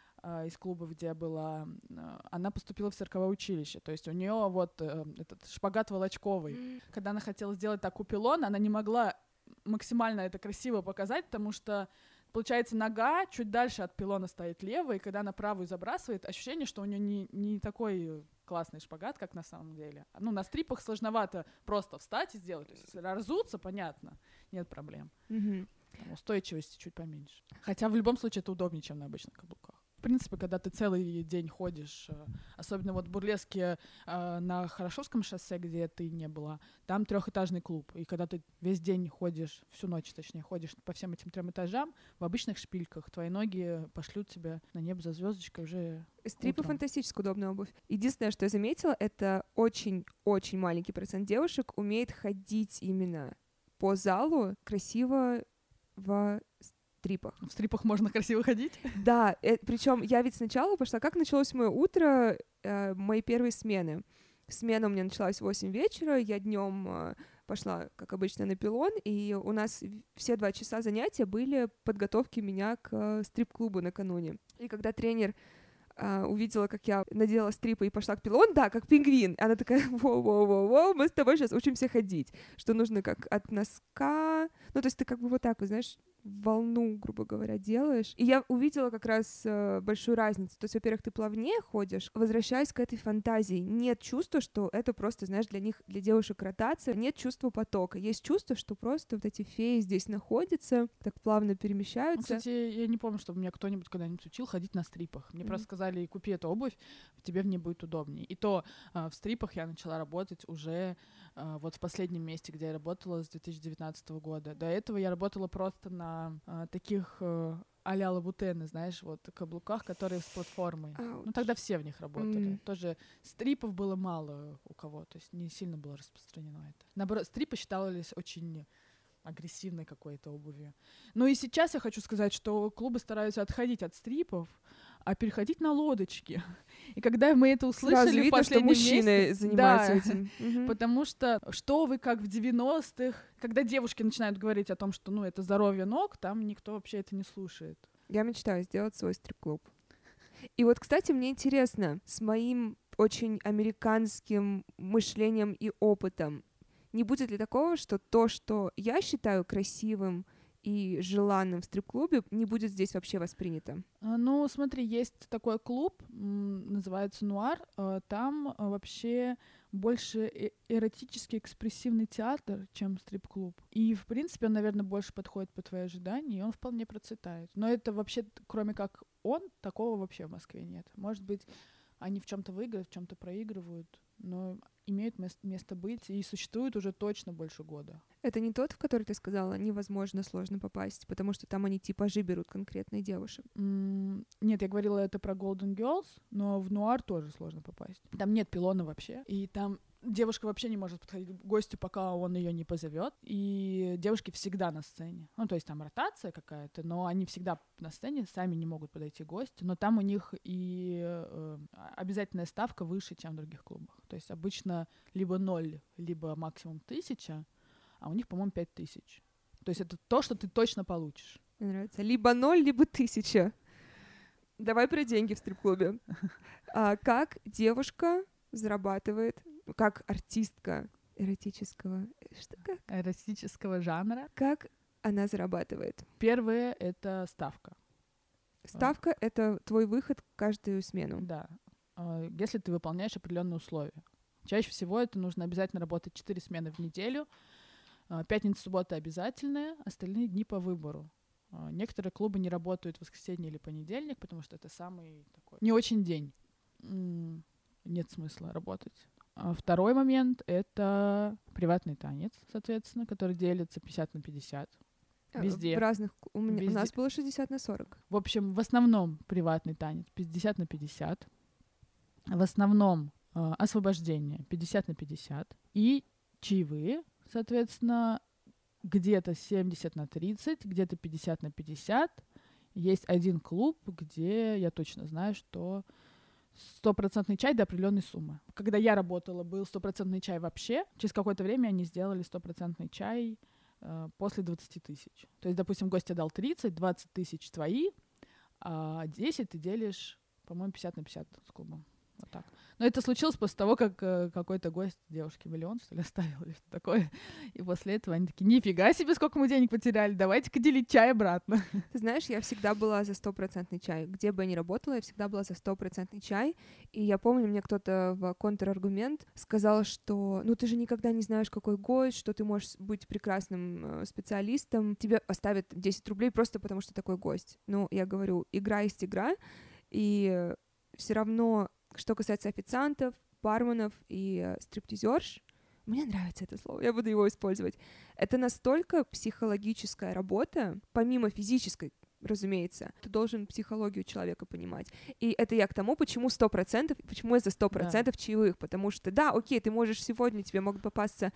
из клубов, где я была, она поступила в цирковое училище, то есть у нее вот этот шпагат волочковый. Когда она хотела сделать так у пилона, она не могла максимально это красиво показать, потому что, получается, нога чуть дальше от пилона стоит левая, и когда она правую забрасывает, ощущение, что у нее не такой классный шпагат, как на самом деле. На стрипах сложновато просто встать и сделать. То есть, если разуться, понятно, нет проблем. Устойчивости чуть поменьше. Хотя в любом случае это удобнее, чем на обычных каблуках. В принципе, когда ты целый день ходишь, особенно вот в бурлеске на Хорошевском шоссе, где ты не была, там 3-этажный клуб. И когда ты весь день ходишь, всю ночь, точнее, ходишь по всем этим 3 этажам, в обычных шпильках твои ноги пошлют тебя на небо за звездочкой уже Стрипы — фантастически удобная обувь. Единственное, что я заметила, это очень-очень маленький процент девушек умеет ходить именно по залу красиво в стрипах. В стрипах можно красиво ходить? Да, причем я ведь сначала пошла, как началось мое утро, мои первые смены. Смена у меня началась в 8 вечера, я днем пошла, как обычно, на пилон, и у нас все 2 часа занятия были подготовки меня к стрип-клубу накануне. И когда тренер увидела, как я надела стрипы и пошла к пилону, да, как пингвин. Она такая: воу, мы с тобой сейчас учимся ходить. Что нужно как от носка. То есть ты как бы вот так вот, знаешь, волну, грубо говоря, делаешь. И я увидела как раз большую разницу. То есть, во-первых, ты плавнее ходишь, возвращаясь к этой фантазии. Нет чувства, что это просто, знаешь, для девушек ротация. Нет чувства потока. Есть чувство, что просто вот эти феи здесь находятся, так плавно перемещаются. Кстати, я не помню, чтобы меня кто-нибудь когда-нибудь учил ходить на стрипах. Мне просто сказали: купи эту обувь, тебе в ней будет удобнее. И то в стрипах я начала работать уже вот в последнем месте, где я работала с 2019 года. года. До этого я работала просто на таких а-ля Лабутены, знаешь, вот каблуках, которые с платформой. Ну, тогда все в них работали. Тоже стрипов было мало у кого, то есть не сильно было распространено это. Наоборот, стрипы считались очень агрессивной какой-то обувью. Ну и сейчас я хочу сказать, что клубы стараются отходить от стрипов, а переходить на лодочки. И когда мы это услышали сразу видно, в последнем что мужчины месяце, занимаются да, этим. потому что вы как в 90-х, когда девушки начинают говорить о том, что ну это здоровье ног, там никто вообще это не слушает. Я мечтаю сделать свой стрип-клуб. И вот, кстати, мне интересно, с моим очень американским мышлением и опытом, не будет ли такого, что то, что я считаю красивым и желанным в стрип-клубе, не будет здесь вообще воспринято? Ну, смотри, есть такой клуб, называется «Нуар», там вообще больше эротический экспрессивный театр, чем стрип-клуб. И, в принципе, он, наверное, больше подходит по твоим ожиданиям, и он вполне процветает. Но это вообще, кроме как он, такого вообще в Москве нет. Может быть, они в чем-то выигрывают, в чем-то проигрывают, но имеют место быть и существуют уже точно больше года. Это не тот, в который ты сказала, невозможно, сложно попасть, потому что там они типажи берут конкретные девушек. Нет, я говорила это про Golden Girls, но в Нуар тоже сложно попасть. Там нет пилона вообще, и там девушка вообще не может подходить к гостю, пока он ее не позовет. И девушки всегда на сцене. Ну, то есть там ротация какая-то, но они всегда на сцене, сами не могут подойти к гостю. Но там у них и обязательная ставка выше, чем в других клубах. То есть обычно либо 0, либо максимум 1000, а у них, по-моему, 5000. То есть это то, что ты точно получишь. Мне нравится. Либо 0, либо 1000. Давай про деньги в стрип-клубе. Как девушка зарабатывает, как артистка эротического... Эротического жанра. Как она зарабатывает? Первое — это ставка. Ставка — это твой выход каждую смену. Да. Если ты выполняешь определенные условия. Чаще всего это нужно обязательно работать 4 смены в неделю. Пятница, суббота обязательная, остальные дни по выбору. Некоторые клубы не работают в воскресенье или понедельник, потому что это самый такой не очень день. Нет смысла работать. Второй момент — это приватный танец, соответственно, который делится 50/50. Везде. В разных... Везде. У нас было 60/40. В общем, в основном приватный танец 50/50. В основном освобождение 50/50. И чаевые, соответственно, где-то 70/30, где-то 50/50. Есть один клуб, где я точно знаю, что 100% чай до определенной суммы. Когда я работала, был 100% чай вообще. Через какое-то время они сделали 100% чай после 20 тысяч. То есть, допустим, гость дал 30, 20 тысяч твои, а 10 ты делишь, по-моему, 50/50 с клубом. Вот так. Но это случилось после того, как какой-то гость девушке миллион, что ли, оставил или что такое. И после этого они такие: нифига себе, сколько мы денег потеряли, давайте-ка делить чай обратно. Ты знаешь, я всегда была за 100% чай. Где бы я ни работала, я всегда была за 100% чай. И я помню, мне кто-то в контраргумент сказал, что ну ты же никогда не знаешь, какой гость, что ты можешь быть прекрасным специалистом, тебе оставят 10 рублей просто потому, что такой гость. Ну, я говорю, игра есть игра, и все равно, что касается официантов, барменов и стриптизерш, мне нравится это слово, я буду его использовать. Это настолько психологическая работа, помимо физической, разумеется, ты должен психологию человека понимать. И это я к тому, почему 100%, почему я за 100% чаевых, потому что, да, окей, ты можешь сегодня, тебе могут попасться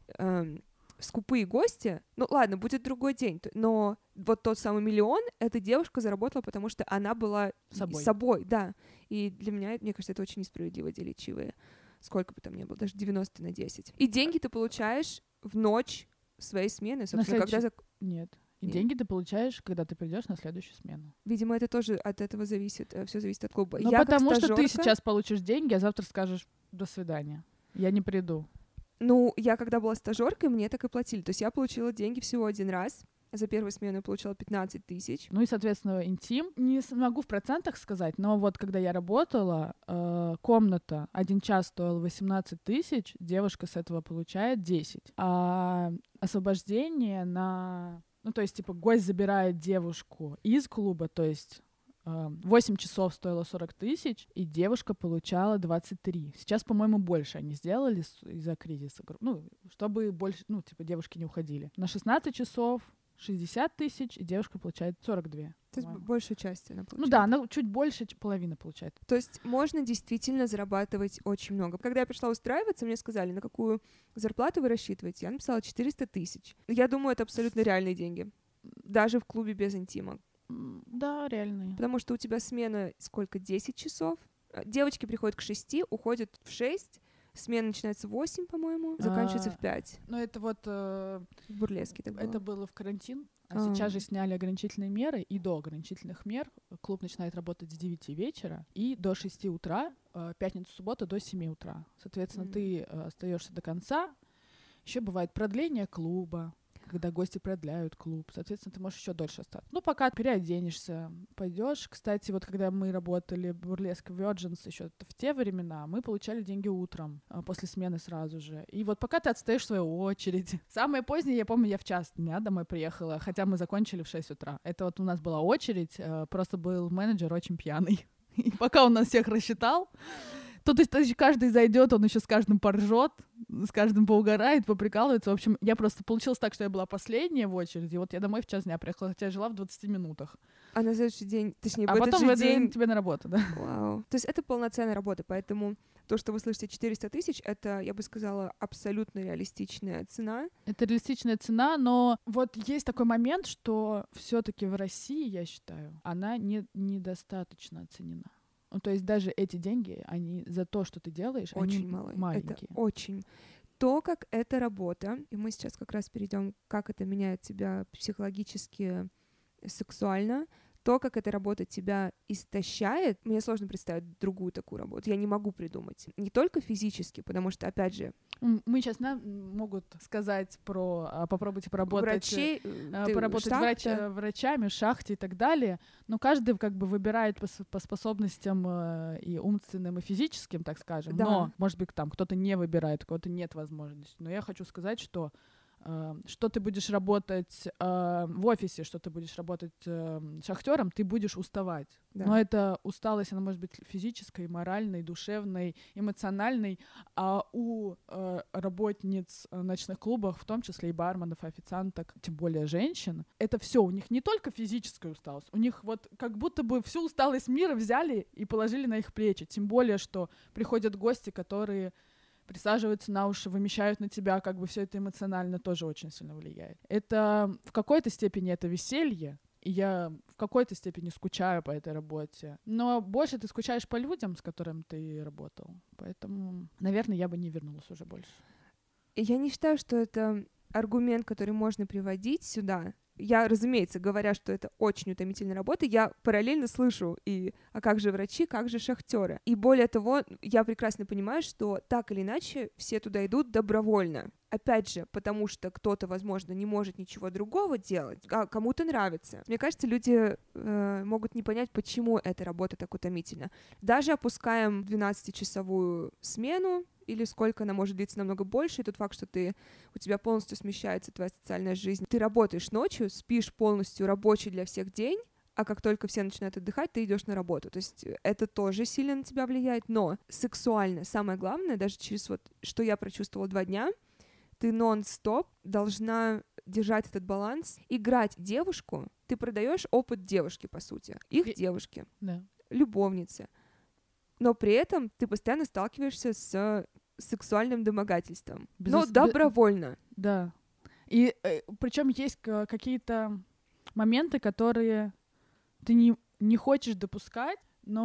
скупые гости, ну ладно, будет другой день, но вот тот самый миллион эта девушка заработала, потому что она была собой, да. И для меня, мне кажется, это очень несправедливо делить чаевые. Сколько бы там ни было, даже 90/10. И деньги ты получаешь в ночь своей смены, собственно, когда... Нет. И деньги ты получаешь, когда ты придешь на следующую смену. Видимо, это тоже от этого зависит, все зависит от клуба. Ну, потому что ты сейчас получишь деньги, а завтра скажешь: до свидания, я не приду. Ну, я когда была стажеркой, мне так и платили. То есть я получила деньги всего один раз. За первую смену я получила 15 тысяч. Ну и, соответственно, интим. Не могу в процентах сказать, но вот когда я работала, комната 1 час стоила 18 тысяч, девушка с этого получает 10. А освобождение на... Ну, то есть, типа, гость забирает девушку из клуба, то есть 8 часов стоило 40 тысяч, и девушка получала 23. Сейчас, по-моему, больше они сделали из-за кризиса. Ну, чтобы больше, ну, типа, девушки не уходили. На 16 часов 60 тысяч, и девушка получает 42. То есть большую часть она получает. Ну да, она чуть больше половины получает. То есть можно действительно зарабатывать очень много. Когда я пришла устраиваться, мне сказали, на какую зарплату вы рассчитываете? Я написала 400 тысяч. Я думаю, это абсолютно реальные деньги. Даже в клубе без интима. Да, реальные. Потому что у тебя смена сколько? 10 часов? Девочки приходят к 6, уходят в 6. Смена начинается в 8, по-моему, заканчивается в 5. Ну, это вот... В Бурлеске так было. Это было в карантин. Сейчас же сняли ограничительные меры, и до ограничительных мер клуб начинает работать с 9 вечера и до 6 утра, пятницу-субботу до 7 утра. Соответственно, ты остаешься до конца. Еще бывает продление клуба, когда гости продляют клуб. Соответственно, ты можешь еще дольше остаться. Ну, пока переоденешься, пойдешь. Кстати, вот когда мы работали в Бурлеск Virgins еще в те времена, мы получали деньги утром, после смены сразу же. И вот пока ты отстоишь свою очередь. Самое позднее, я помню, я в час дня домой приехала, хотя мы закончили в 6 утра. Это вот у нас была очередь, просто был менеджер очень пьяный. И пока он нас всех рассчитал, то есть каждый зайдет, он еще с каждым поржет, с каждым поугарает, поприкалывается. В общем, я просто получилось так, что я была последняя в очереди. Вот я домой в час дня приехала, хотя я жила в 20 минутах. А на следующий день, точнее, а в потом этот же день тебе на работу, да? Вау. То есть это полноценная работа, поэтому то, что вы слышите 400 тысяч, это, я бы сказала, абсолютно реалистичная цена. Это реалистичная цена, но вот есть такой момент, что все-таки в России, я считаю, она недостаточно оценена. Ну, то есть даже эти деньги, они за то, что ты делаешь, очень они маленькие. Это очень. То, как эта работа, и мы сейчас как раз перейдем, как это меняет тебя психологически, сексуально, то, как эта работа тебя истощает, мне сложно представить другую такую работу. Я не могу придумать. Не только физически, потому что, опять же... Мы сейчас могут сказать попробуйте поработать, поработать врачами в шахте и так далее, но каждый как бы выбирает по способностям и умственным, и физическим, так скажем. Да. Но, может быть, там кто-то не выбирает, у кого-то нет возможности. Но я хочу сказать, что ты будешь работать в офисе, что ты будешь работать шахтером, ты будешь уставать. Да. Но эта усталость, она может быть физической, моральной, душевной, эмоциональной, а у работниц ночных клубов, в том числе и барменов, и официанток, тем более женщин, это все, у них не только физическая усталость, у них вот как будто бы всю усталость мира взяли и положили на их плечи, тем более, что приходят гости, которые присаживаются на уши, вымещают на тебя, как бы все это эмоционально тоже очень сильно влияет. Это в какой-то степени это веселье, и я в какой-то степени скучаю по этой работе. Но больше ты скучаешь по людям, с которыми ты работал. Поэтому, наверное, я бы не вернулась уже больше. Я не считаю, что это аргумент, который можно приводить сюда. Я, разумеется, говоря, что это очень утомительная работа, я параллельно слышу а как же врачи, как же шахтеры. И более того, я прекрасно понимаю, что так или иначе все туда идут добровольно. Опять же, потому что кто-то, возможно, не может ничего другого делать, а кому-то нравится. Мне кажется, люди могут не понять, почему эта работа так утомительна. Даже опускаем 12-часовую смену, или сколько она может длиться намного больше, и тот факт, что у тебя полностью смещается твоя социальная жизнь. Ты работаешь ночью, спишь полностью рабочий для всех день, а как только все начинают отдыхать, ты идешь на работу. То есть это тоже сильно на тебя влияет, но сексуально самое главное, даже через что я прочувствовала 2 дня, ты нон-стоп должна держать этот баланс, играть девушку, ты продаешь опыт девушки, по сути, их девушки, да. Любовницы. Но при этом ты постоянно сталкиваешься с сексуальным домогательством. Но добровольно. Да. И причем есть какие-то моменты, которые ты не хочешь допускать,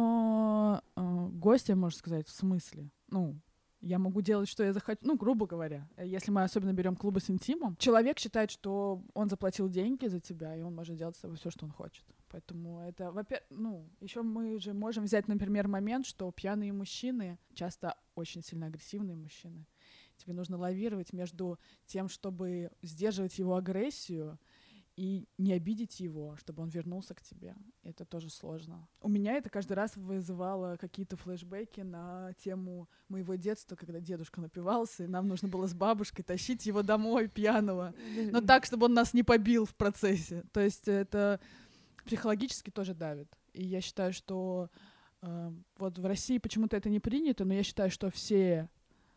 но гостья может сказать, в смысле? Я могу делать, что я захочу. Грубо говоря, если мы особенно берем клубы с интимом, человек считает, что он заплатил деньги за тебя, и он может делать с тобой все, что он хочет. Поэтому это, еще мы же можем взять, например, момент, что пьяные мужчины часто очень сильно агрессивные мужчины. Тебе нужно лавировать между тем, чтобы сдерживать его агрессию, и не обидеть его, чтобы он вернулся к тебе. Это тоже сложно. У меня это каждый раз вызывало какие-то флешбеки на тему моего детства, когда дедушка напивался, и нам нужно было с бабушкой тащить его домой пьяного, но так, чтобы он нас не побил в процессе. То есть это психологически тоже давит. И я считаю, что вот в России почему-то это не принято, но я считаю, что все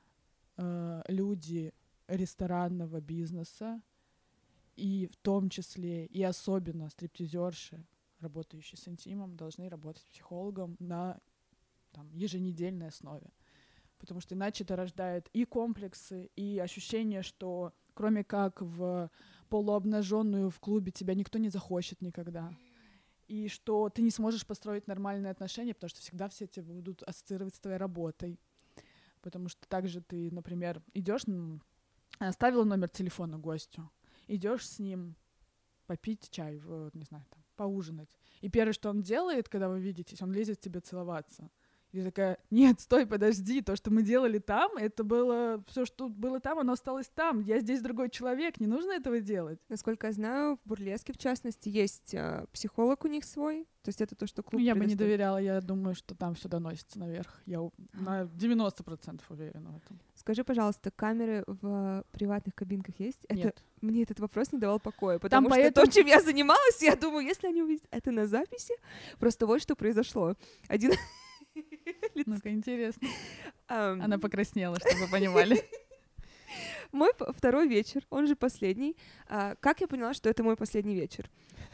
люди ресторанного бизнеса, и в том числе и особенно стриптизерши, работающие с интимом, должны работать психологом на еженедельной основе. Потому что иначе это рождает и комплексы, и ощущение, что кроме как в полуобнаженную в клубе тебя никто не захочет никогда. И что ты не сможешь построить нормальные отношения, потому что всегда все тебя будут ассоциировать с твоей работой. Потому что также ты, например, идешь, оставила номер телефона гостю, идешь с ним попить чай, не знаю, там, поужинать. И первое, что он делает, когда вы видитесь, он лезет к тебе целоваться. И я такая: нет, стой, подожди, то, что мы делали там, это было, все, что было там, оно осталось там. Я здесь другой человек, не нужно этого делать. Насколько я знаю, в Бурлеске, в частности, есть психолог у них свой. То есть это то, что клуб Я бы не предоставляет. доверяла, я думаю, что там все доносится наверх. Я на 90% уверена в этом. Скажи, пожалуйста, камеры в приватных кабинках есть? Нет. Мне этот вопрос не давал покоя, потому Там что поэтому- то, чем я занималась, я думаю, если они увидят это на записи, просто вот что произошло. Один... Ну-ка, интересно. ам, Она покраснела, чтобы вы понимали. Мой второй вечер, он же последний. Как я поняла, что это мой последний вечер?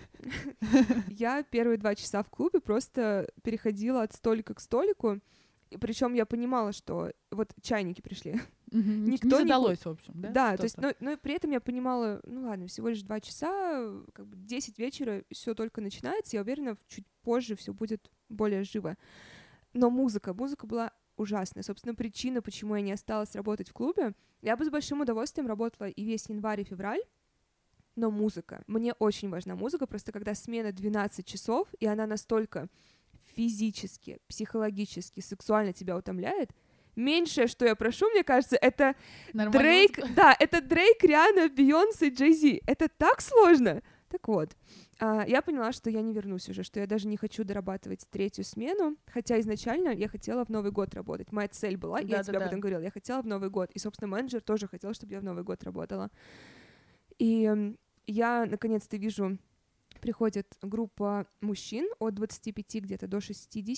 Я первые 2 часа в клубе просто переходила от столика к столику, причем я понимала, что вот чайники пришли. Не Никто не задалось, в общем, да? Да, то есть, Что-то. но при этом я понимала, ну ладно, всего лишь 2 часа, как бы 10 вечера, все только начинается, я уверена, чуть позже все будет более живо. Но музыка была ужасная. Собственно, причина, почему я не осталась работать в клубе, я бы с большим удовольствием работала и весь январь, и февраль, но музыка. Мне очень важна музыка, просто когда смена 12 часов, и она настолько физически, психологически, сексуально тебя утомляет, меньшее, что я прошу, мне кажется, это Нормально. Дрейк, да, это Дрейк, Риhanna, Бейонсе, Джей-Зи. Это так сложно. Так вот, я поняла, что я не вернусь уже, что я даже не хочу дорабатывать 3-ю смену, хотя изначально я хотела в Новый год работать. Моя цель была, я тебе об этом говорила, я хотела в Новый год. И, собственно, менеджер тоже хотел, чтобы я в Новый год работала. И я, наконец-то, вижу, приходит группа мужчин от 25 где-то до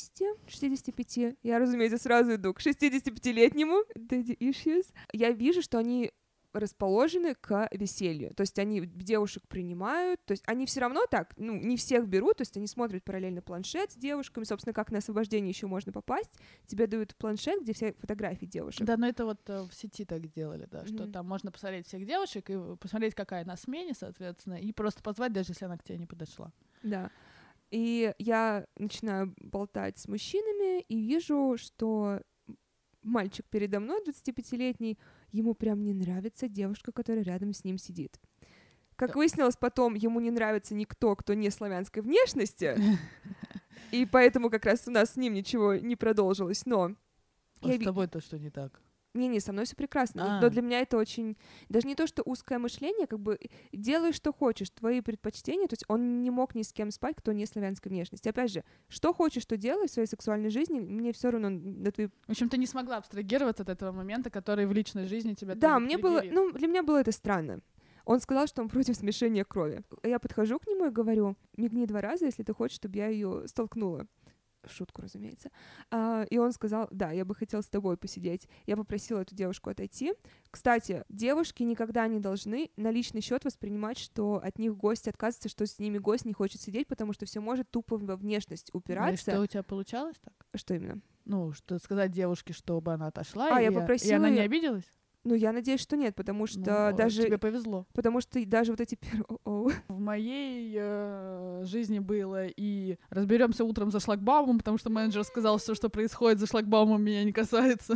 65. Я, разумеется, сразу иду к 65-летнему Daddy Issues. Я вижу, что они расположены к веселью. То есть они девушек принимают, то есть они все равно так, ну, не всех берут, то есть они смотрят параллельно планшет с девушками, собственно, как на освобождение еще можно попасть. Тебе дают планшет, где все фотографии девушек. Да, но это вот в сети так делали, да, что там можно посмотреть всех девушек и посмотреть, какая на смене, соответственно, и просто позвать, даже если она к тебе не подошла. Да. И я начинаю болтать с мужчинами и вижу, что мальчик передо мной, 25-летний, ему прям не нравится девушка, которая рядом с ним сидит. Как выяснилось потом, ему не нравится никто, кто не славянской внешности, и поэтому как раз у нас с ним ничего не продолжилось, но... А с тобой-то что не так? Не, со мной все прекрасно. Но для меня это очень... Даже не то, что узкое мышление, как бы делай, что хочешь, твои предпочтения. То есть он не мог ни с кем спать, кто не славянской внешности. Опять же, что хочешь, что делай в своей сексуальной жизни, мне все равно на твои... В общем, ты не смогла абстрагироваться от этого момента, который в личной жизни тебя Да, тоже мне было... триггерит. Ну, для меня было это странно. Он сказал, что он против смешения крови. Я подхожу к нему и говорю: мигни 2 раза, если ты хочешь, чтобы я ее столкнула. В шутку, разумеется. И он сказал: да, я бы хотел с тобой посидеть. Я попросила эту девушку отойти. Кстати, девушки никогда не должны на личный счет воспринимать, что от них гость отказывается, что с ними гость не хочет сидеть, потому что все может тупо во внешность упираться. И что у тебя получалось так? Что именно? Ну, что сказать девушке, чтобы она отошла, я попросила и она не её- обиделась? Ну, я надеюсь, что нет, потому что даже... Тебе повезло. Потому что даже вот эти... В моей жизни было и разберемся утром за шлагбаумом, потому что менеджер сказал, все, что происходит за шлагбаумом, меня не касается.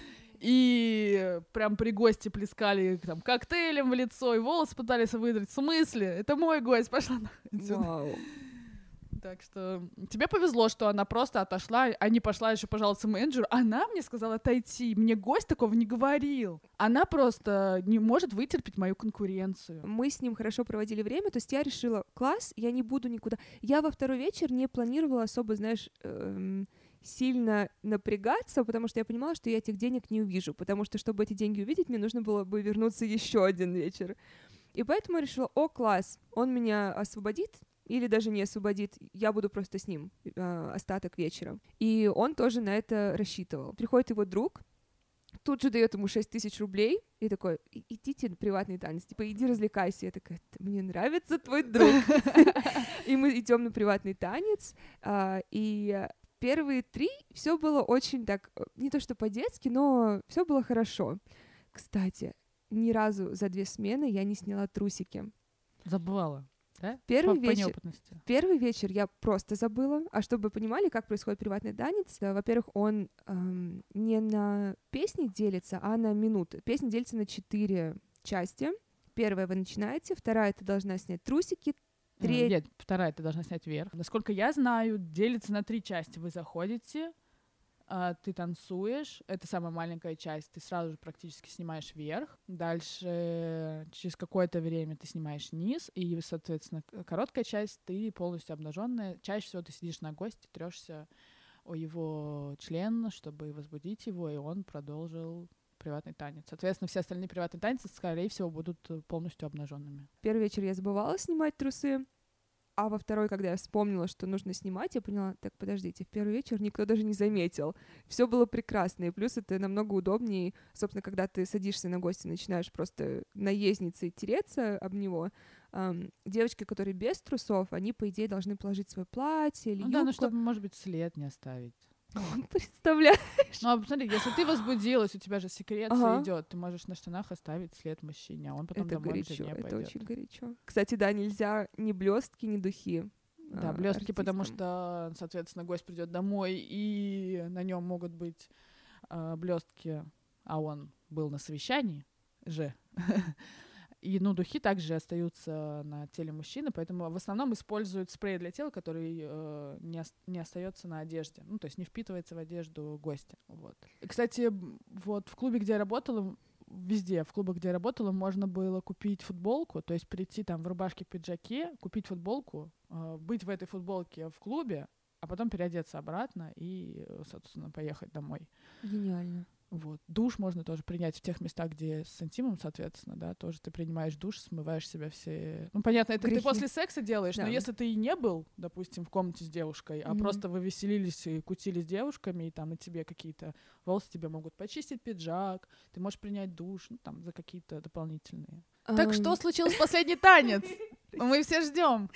И прям при гости плескали там коктейлем в лицо, и волосы пытались выдрать. В смысле? Это мой гость, пошла нахуй отсюда. Вау. Так что тебе повезло, что она просто отошла, а не пошла еще пожаловаться менеджеру. Она мне сказала отойти. Мне гость такого не говорил. Она просто не может вытерпеть мою конкуренцию. Мы с ним хорошо проводили время, то есть я решила: класс, я не буду никуда. Я во второй вечер не планировала особо, знаешь, сильно напрягаться, потому что я понимала, что я этих денег не увижу, потому что, чтобы эти деньги увидеть, мне нужно было бы вернуться еще один вечер. И поэтому я решила: о, класс, он меня освободит, или даже не освободит, я буду просто с ним остаток вечера. И он тоже на это рассчитывал. Приходит его друг, тут же дает ему 6 тысяч рублей и такой: идите на приватный танец, типа, иди развлекайся. Я такая: мне нравится твой друг. И мы идем на приватный танец, и первые 3 все было очень так, не то что по-детски, но все было хорошо. Кстати, ни разу за 2 смены я не сняла трусики. Забывала, да? Первый По вечер, неопытности. первый вечер я просто забыла. А чтобы вы понимали, как происходит приватный танец, во-первых, он не на песни делится, а на минуты. Песня делится на 4 части. Первая — вы начинаете, вторая — ты должна снять трусики, Нет, вторая ты должна снять вверх. Насколько я знаю, делится на 3 части. Вы заходите, ты танцуешь, это самая маленькая часть, ты сразу же практически снимаешь вверх. Дальше через какое-то время ты снимаешь низ, и, соответственно, короткая часть, ты полностью обнаженная. Чаще всего ты сидишь на гости, трёшься о его член, чтобы возбудить его, и он продолжил приватный танец. Соответственно, все остальные приватные танцы, скорее всего, будут полностью обнаженными. Первый вечер я забывала снимать трусы, а во второй, когда я вспомнила, что нужно снимать, я поняла: так, подождите, в первый вечер никто даже не заметил. Все было прекрасно, и плюс это намного удобнее. Собственно, когда ты садишься на гостя, начинаешь просто наездницей тереться об него, девочки, которые без трусов, они, по идее, должны положить свое платье или Ну юбку. да, ну чтобы, может быть, след не оставить. Представляю. Ну, а посмотри, если ты возбудилась, у тебя же секреция Ага. идет, ты можешь на штанах оставить след мужчине, а он потом Это домой горячо, жене это пойдет. очень горячо. Кстати, да, нельзя ни блестки, ни духи. Да, блестки, потому артистам. что, соответственно, гость придет домой, и на нем могут быть блестки, а он был на совещании же. И, ну, духи также остаются на теле мужчины, поэтому в основном используют спрей для тела, который не остается на одежде, ну, то есть не впитывается в одежду гостя. Вот. И, кстати, вот в клубе, где я работала, везде, в клубах, где я работала, можно было купить футболку, то есть прийти там в рубашке-пиджаке, купить футболку, быть в этой футболке в клубе, а потом переодеться обратно и, собственно, поехать домой. Гениально. Вот. Душ можно тоже принять в тех местах, где с интимом, соответственно, да, тоже ты принимаешь душ, смываешь себя все... Ну, понятно, это Грехи. ты после секса делаешь, Да. но если ты и не был, допустим, в комнате с девушкой, а просто вы веселились и кутили с девушками, и там и тебе какие-то волосы тебе могут почистить пиджак, ты можешь принять душ, ну, там, за какие-то дополнительные. Так что случилось последний танец? Мы все ждем.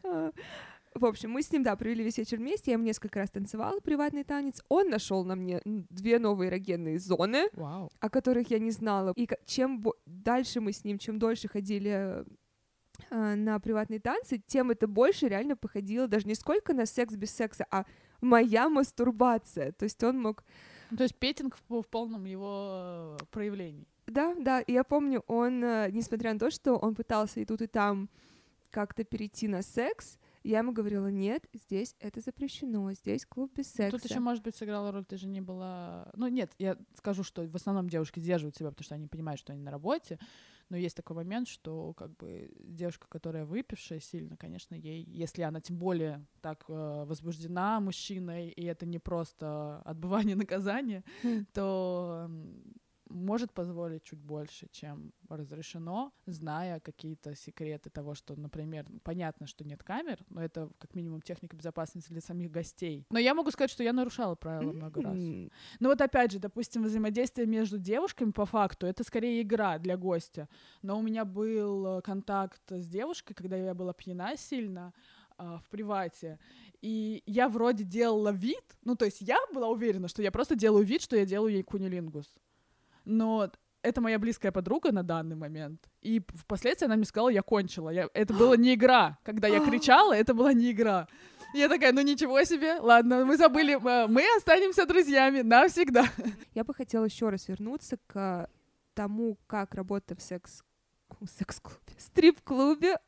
В общем, мы с ним, да, провели весь вечер вместе, я ему несколько раз танцевала приватный танец, он нашел на мне 2 новые эрогенные зоны, Вау. о которых я не знала, и чем дальше мы с ним, чем дольше ходили на приватные танцы, тем это больше реально походило даже не сколько на секс без секса, а моя мастурбация, то есть он мог... То есть петинг в полном его проявлении. Да, и я помню, он, несмотря на то, что он пытался и тут, и там как-то перейти на секс, я ему говорила: нет, здесь это запрещено, здесь клуб без секса. Тут еще, может быть, сыграла роль, ты же не была... Ну, нет, я скажу, что в основном девушки сдерживают себя, потому что они понимают, что они на работе, но есть такой момент, что как бы девушка, которая выпившая сильно, конечно, ей, если она тем более так возбуждена мужчиной, и это не просто отбывание наказания, то может позволить чуть больше, чем разрешено, зная какие-то секреты того, что, например, понятно, что нет камер, но это как минимум техника безопасности для самих гостей. Но я могу сказать, что я нарушала правила много раз. Ну вот опять же, допустим, взаимодействие между девушками по факту — это скорее игра для гостя. Но у меня был контакт с девушкой, когда я была пьяна сильно, в привате, и я вроде делала вид, ну то есть я была уверена, что я просто делаю вид, что я делаю ей кунилингус. Но это моя близкая подруга на данный момент. И впоследствии она мне сказала: я кончила. Это была не игра. Когда я кричала, это была не игра. И я такая: ну ничего себе, ладно, мы забыли, мы останемся друзьями навсегда. Я бы хотела еще раз вернуться к тому, как работа в секс-клубе, стрип-клубе,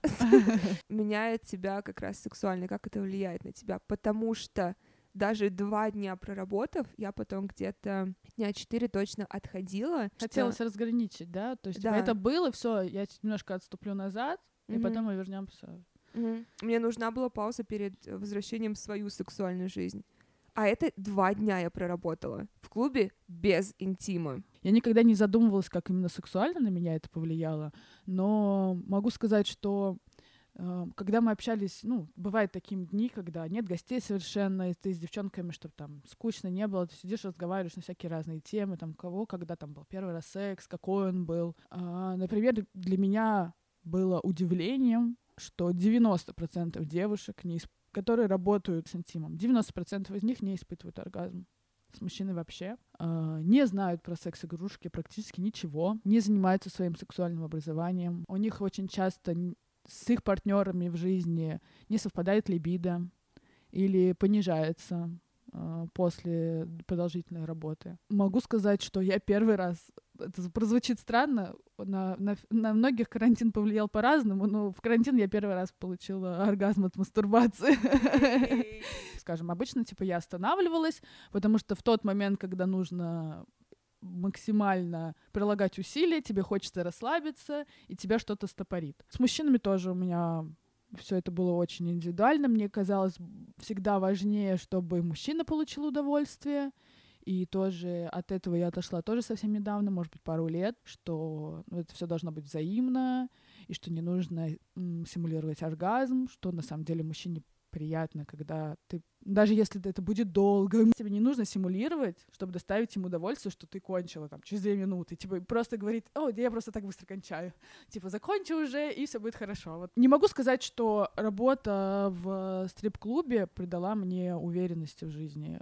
меняет тебя как раз сексуально, как это влияет на тебя, потому что даже 2 дня проработав, я потом где-то дня 4 точно отходила. Хотелось разграничить, да? То есть Да. это было, все, я немножко отступлю назад, и потом мы вернемся. Мне нужна была пауза перед возвращением в свою сексуальную жизнь. А это 2 дня я проработала в клубе без интима. Я никогда не задумывалась, как именно сексуально на меня это повлияло, но могу сказать, что Когда мы общались, бывают такие дни, когда нет гостей совершенно, и ты с девчонками, чтобы там скучно не было, ты сидишь, разговариваешь на всякие разные темы, там, когда там был первый раз секс, какой он был. Например, для меня было удивлением, что 90% девушек, которые работают с интимом, 90% из них не испытывают оргазм. С мужчиной вообще. Не знают про секс-игрушки практически ничего, не занимаются своим сексуальным образованием. У них очень часто с их партнерами в жизни не совпадает либидо или понижается после продолжительной работы. Могу сказать, что я первый раз, это прозвучит странно, на многих карантин повлиял по-разному, но в карантин я первый раз получила оргазм от мастурбации. Скажем, обычно, я останавливалась, потому что в тот момент, когда нужно максимально прилагать усилия, тебе хочется расслабиться, и тебя что-то стопорит. С мужчинами тоже у меня все это было очень индивидуально. Мне казалось всегда важнее, чтобы мужчина получил удовольствие. И тоже от этого я отошла тоже совсем недавно, может быть, пару лет, что это все должно быть взаимно, и что не нужно симулировать оргазм, что на самом деле мужчине приятно, когда ты, даже если это будет долго, тебе не нужно симулировать, чтобы доставить ему удовольствие, что ты кончила там через 2 минуты. Просто говорит: я просто так быстро кончаю. Закончи уже, и все будет хорошо. Вот. Не могу сказать, что работа в стрип-клубе придала мне уверенности в жизни.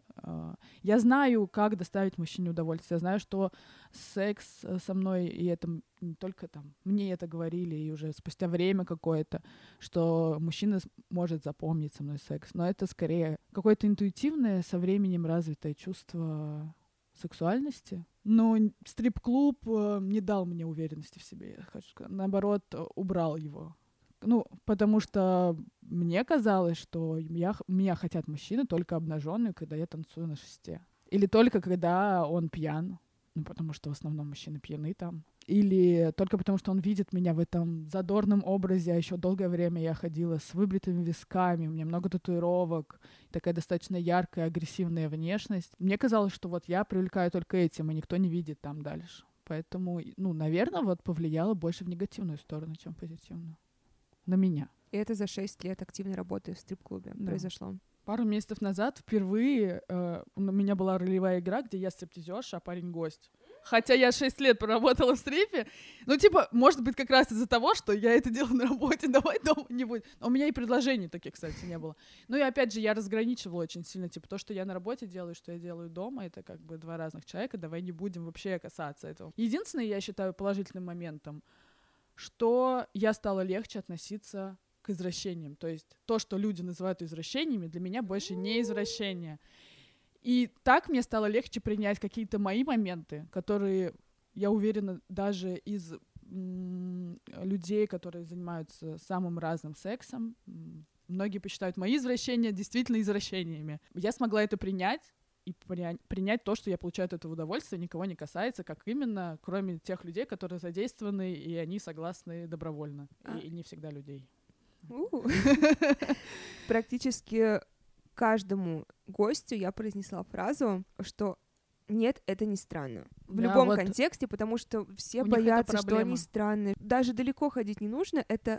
Я знаю, как доставить мужчине удовольствие. Я знаю, что секс со мной, и это не только там мне это говорили, и уже спустя время какое-то, что мужчина может запомнить со мной секс. Но это скорее какое-то интуитивное, со временем развитое чувство сексуальности. Но стрип-клуб не дал мне уверенности в себе, я хочу сказать. Наоборот, убрал его. Потому что мне казалось, что меня хотят мужчины только обнаженные, когда я танцую на шесте. Или только когда он пьян. Потому что в основном мужчины пьяны там. Или только потому, что он видит меня в этом задорном образе. А еще долгое время я ходила с выбритыми висками, у меня много татуировок, такая достаточно яркая, агрессивная внешность. Мне казалось, что вот я привлекаю только этим, и никто не видит там дальше. Поэтому, наверное, повлияло больше в негативную сторону, чем в позитивную. На меня. И это за 6 лет активной работы в стрип-клубе произошло. Пару месяцев назад впервые у меня была ролевая игра, где я стриптизерша, а парень гость. Хотя я 6 лет проработала в стрипе. Может быть, как раз из-за того, что я это делала на работе, давай дома не будем. У меня и предложений таких, кстати, не было. И опять же, я разграничивала очень сильно, то, что я на работе делаю, что я делаю дома, это как бы 2 разных человека, давай не будем вообще касаться этого. Единственное, я считаю положительным моментом, что я стала легче относиться к извращениям. То есть то, что люди называют извращениями, для меня больше не извращение. И так мне стало легче принять какие-то мои моменты, которые, я уверена, даже из людей, которые занимаются самым разным сексом, многие посчитают мои извращения действительно извращениями. Я смогла это принять, и принять то, что я получаю от этого удовольствие, никого не касается, как именно, кроме тех людей, которые задействованы, и они согласны добровольно. И не всегда людей. Практически каждому гостю я произнесла фразу, что нет, это не странно. В любом контексте, потому что все боятся, что они странные. Даже далеко ходить не нужно. Это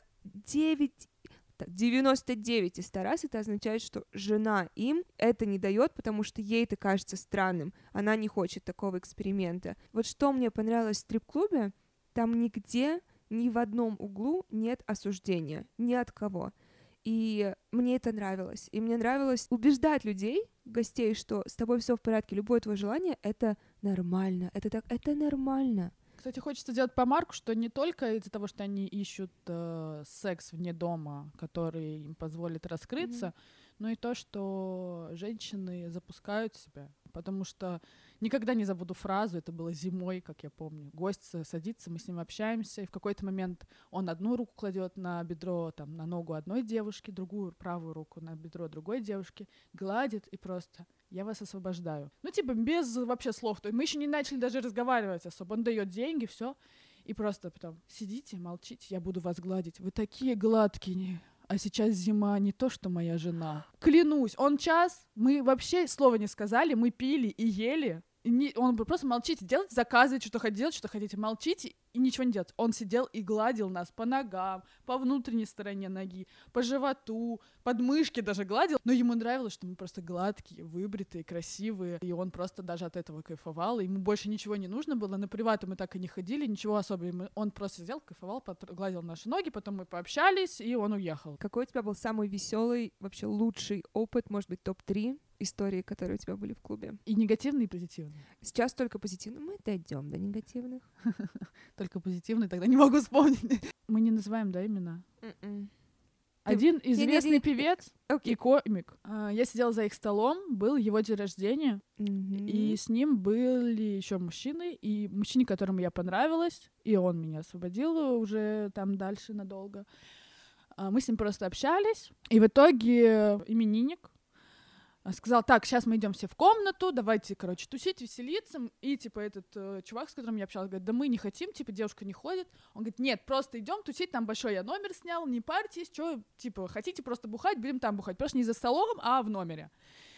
99 из 100 раз это означает, что жена им это не дает, потому что ей это кажется странным. Она не хочет такого эксперимента. Вот что мне понравилось в стрип-клубе, там нигде, ни в одном углу нет осуждения, ни от кого. И мне это нравилось. И мне нравилось убеждать людей, гостей, что с тобой все в порядке, любое твое желание — это нормально, это нормально. Кстати, хочется сделать помарку, что не только из-за того, что они ищут секс вне дома, который им позволит раскрыться, но и то, что женщины запускают себя. Потому что никогда не забуду фразу, это было зимой, как я помню. Гость садится, мы с ним общаемся, и в какой-то момент он одну руку кладет на бедро, там, на ногу одной девушки, другую правую руку на бедро другой девушки, гладит и просто: я вас освобождаю. Без вообще слов. То есть мы еще не начали даже разговаривать особо. Он дает деньги, все, и просто потом: сидите, молчите, я буду вас гладить. Вы такие гладкие. А сейчас зима, не то что моя жена. Клянусь, он час, мы вообще слова не сказали, мы пили и ели, Он просто молчите, делайте, заказывайте, что хотите, делать, что хотите, молчите и ничего не делать. Он сидел и гладил нас по ногам, по внутренней стороне ноги, по животу, под мышки даже гладил. Но ему нравилось, что мы просто гладкие, выбритые, красивые. И он просто даже от этого кайфовал. Ему больше ничего не нужно было. На приваты мы так и не ходили, ничего особенного. Он просто сидел, кайфовал, гладил наши ноги, потом мы пообщались, и он уехал. Какой у тебя был самый веселый, вообще лучший опыт, может быть, топ-3 истории, которые у тебя были в клубе? И негативные, и позитивные. Сейчас только позитивно. Мы дойдем до негативных. Только позитивные, тогда не могу вспомнить. Мы не называем, да, имена? Один известный певец и комик. Я сидела за их столом, был его день рождения, и с ним были еще мужчины, и мужчине, которому я понравилась, и он меня освободил уже там дальше надолго. Мы с ним просто общались, и в итоге именинник сказал: так, сейчас мы идем все в комнату, давайте, короче, тусить, веселиться. И, типа, этот чувак, с которым я общалась, говорит: да мы не хотим, типа, девушка не ходит. Он говорит: нет, просто идем тусить, там большой я номер снял, не парьтесь, что, типа, хотите просто бухать, будем там бухать. Просто не за столом, а в номере.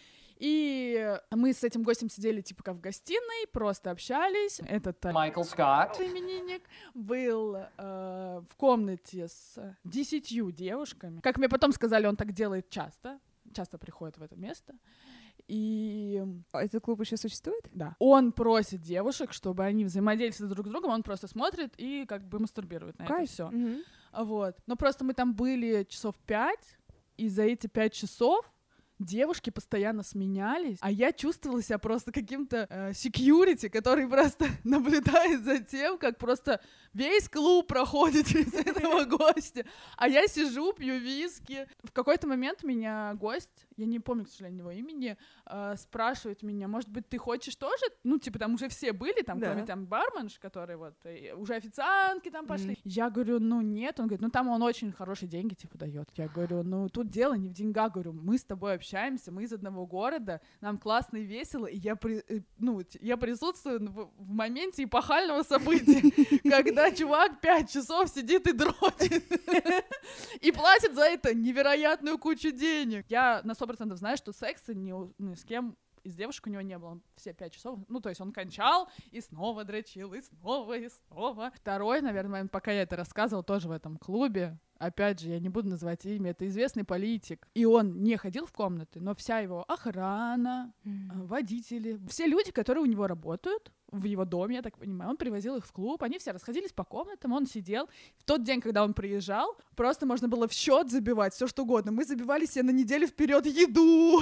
И мы с этим гостем сидели, типа, как в гостиной, просто общались. Этот Майкл Скотт, именинник, был в комнате с 10 девушками. Как мне потом сказали, он так делает часто приходит в это место. И... Этот клуб еще существует? Да. Он просит девушек, чтобы они взаимодействовали друг с другом, он просто смотрит и как бы мастурбирует на это все. Вот. Но просто мы там были часов 5, и за эти 5 часов девушки постоянно сменялись, а я чувствовала себя просто каким-то security, который просто наблюдает за тем, как просто весь клуб проходит через этого гостя, а я сижу, пью виски. В какой-то момент меня гость, я не помню, к сожалению, его имени, спрашивает меня: может быть, ты хочешь тоже? Ну, типа, там уже все были, там, кроме там барменш, которые вот, уже официантки там пошли. Я говорю: ну, нет. Он говорит: ну, там он очень хорошие деньги, типа, дает. Я говорю: ну, тут дело не в деньгах, говорю, мы с тобой общаемся, мы из одного города, нам классно и весело, и я присутствую в моменте эпохального события, когда чувак 5 часов сидит и дрочит и платит за это невероятную кучу денег. Я на 100% знаю, что секса ни с кем из девушек у него не было. Он все 5 часов, ну, то есть он кончал и снова дрочил, и снова, и снова. Второй, наверное, момент, пока я это рассказывала, тоже в этом клубе. Опять же, я не буду называть имя, это известный политик. И он не ходил в комнаты, но вся его охрана, водители, все люди, которые у него работают в его доме, я так понимаю, он привозил их в клуб, они все расходились по комнатам, он сидел. В тот день, когда он приезжал, просто можно было в счет забивать все что угодно. Мы забивали себе на неделю вперед еду.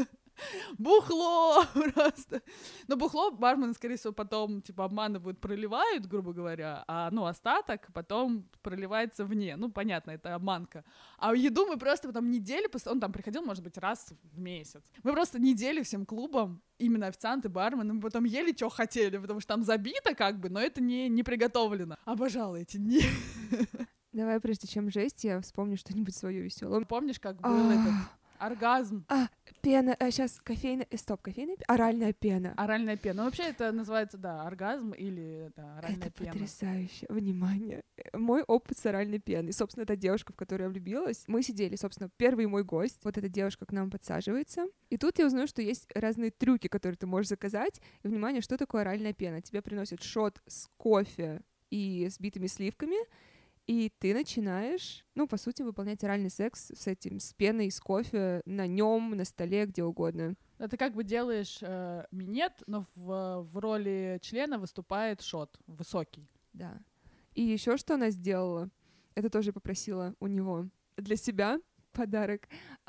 Бухло просто. Но бухло бармены, скорее всего, потом, типа, обманывают, проливают, грубо говоря, а, ну, остаток потом проливается вне. Ну, понятно, это обманка. А еду мы просто потом неделю, он там приходил, может быть, раз в месяц. Мы просто неделю всем клубом, именно официанты, бармены, мы потом ели, что хотели, потому что там забито как бы, но это не приготовлено. Обожала эти дни. Давай, прежде чем жесть, я вспомню что-нибудь свое веселое. Помнишь, как был этот оргазм? Пена, сейчас кофейная, кофейная, оральная пена. Оральная пена. Ну, вообще это называется, да, оргазм или, да, оральная это пена. Это потрясающе. Внимание. Мой опыт с оральной пеной. Собственно, эта девушка, в которую я влюбилась, мы сидели, собственно, первый мой гость. Вот эта девушка к нам подсаживается. И тут я узнаю, что есть разные трюки, которые ты можешь заказать. И, внимание, что такое оральная пена? Тебе приносят шот с кофе и с битыми сливками, и ты начинаешь, ну, по сути, выполнять оральный секс с этим, с пеной, с кофе, на нем, на столе, где угодно. Да, ты как бы делаешь минет, но в роли члена выступает шот высокий. Да. И еще что она сделала, это тоже попросила у него для себя подарок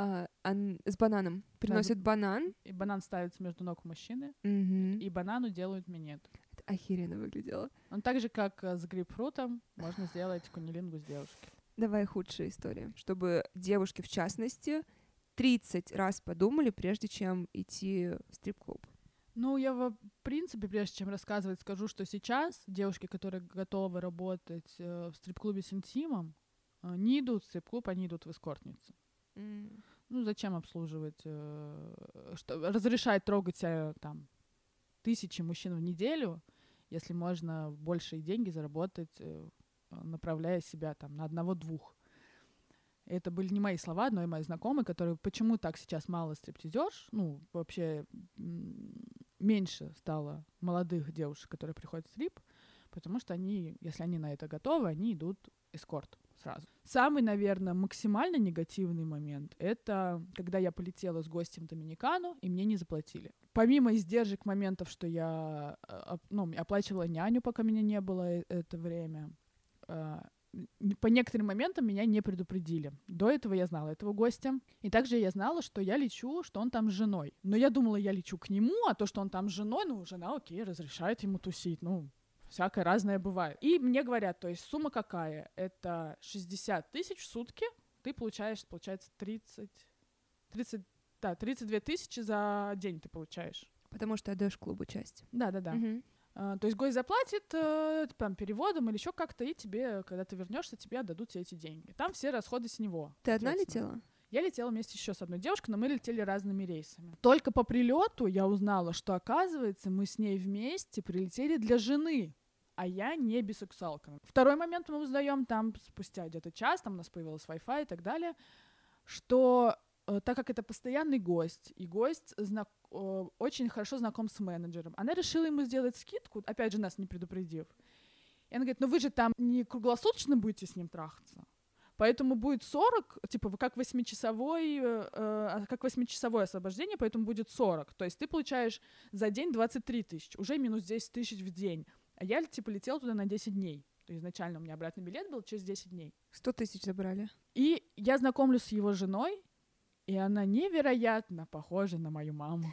с бананом. Приносит банан. И банан ставится между ног мужчины, и банану делают минет. Это охеренно выглядело. Он так же, как с грейпфрутом, можно сделать куннилингу с девушки. Давай худшая история. Чтобы девушки, в частности, 30 раз подумали, прежде чем идти в стрип-клуб. Ну, я, в принципе, прежде чем рассказывать, скажу, что сейчас девушки, которые готовы работать в стрип-клубе с интимом, не идут в стрип-клуб, они идут в эскортницу. Ну, зачем обслуживать, разрешать трогать себя там 1000 мужчин в неделю, если можно большие деньги заработать, направляя себя там на 1-2. Это были не мои слова, но и мои знакомые, которые почему так сейчас мало стриптизерш, ну, вообще меньше стало молодых девушек, которые приходят в стрип, потому что они, если они на это готовы, они идут эскорт сразу. Самый, наверное, максимально негативный момент — это когда я полетела с гостем в Доминикану, и мне не заплатили. Помимо издержек моментов, что я оплачивала няню, пока меня не было это время, по некоторым моментам меня не предупредили. До этого я знала этого гостя. И также я знала, что я лечу, что он там с женой. Но я думала, я лечу к нему, а то, что он там с женой, жена, окей, разрешает ему тусить. Всякое разное бывает. И мне говорят, то есть сумма какая? Это 60 тысяч в сутки. Ты получаешь, получается, 32 тысячи за день ты получаешь. Потому что отдаешь клубу часть. Да. Угу. То есть гость заплатит там, переводом или еще как-то, и тебе, когда ты вернешься, тебе отдадут все эти деньги. Там все расходы с него. Ты одна летела? Я летела вместе еще с одной девушкой, но мы летели разными рейсами. Только по прилету я узнала, что, оказывается, мы с ней вместе прилетели для жены, а я не бисексуалка. Второй момент мы узнаем там спустя где-то час, там у нас появилась Wi-Fi и так далее, что так как это постоянный гость, и гость очень хорошо знаком с менеджером, она решила ему сделать скидку, опять же, нас не предупредив. И она говорит, вы же там не круглосуточно будете с ним трахаться, поэтому будет 40, типа, как 8-часовое освобождение, поэтому будет 40. То есть ты получаешь за день 23 тысячи, уже минус 10 тысяч в день. А я, типа, летела туда на 10 дней. То есть изначально у меня обратный билет был через 10 дней. 100 тысяч забрали. И я знакомлюсь с его женой, и она невероятно похожа на мою маму.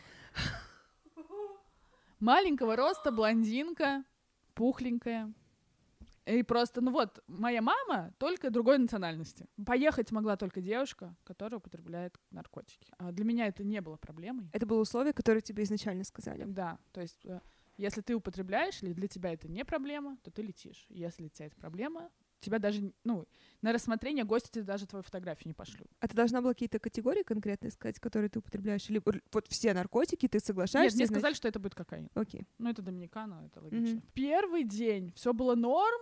Маленького роста, блондинка, пухленькая. И просто, моя мама только другой национальности. Поехать могла только девушка, которая употребляет наркотики. А для меня это не было проблемой. Это было условие, которое тебе изначально сказали. Да, то есть если ты употребляешь, или для тебя это не проблема, то ты летишь. Если для тебя это проблема, тебя даже, на рассмотрение гости тебе даже твою фотографию не пошлют. А ты должна была какие-то категории конкретные сказать, которые ты употребляешь? Или вот все наркотики, ты соглашаешься? Нет, мне сказали, что это будет кокаин. Окей. Это Доминикана, это логично. Первый день все было норм,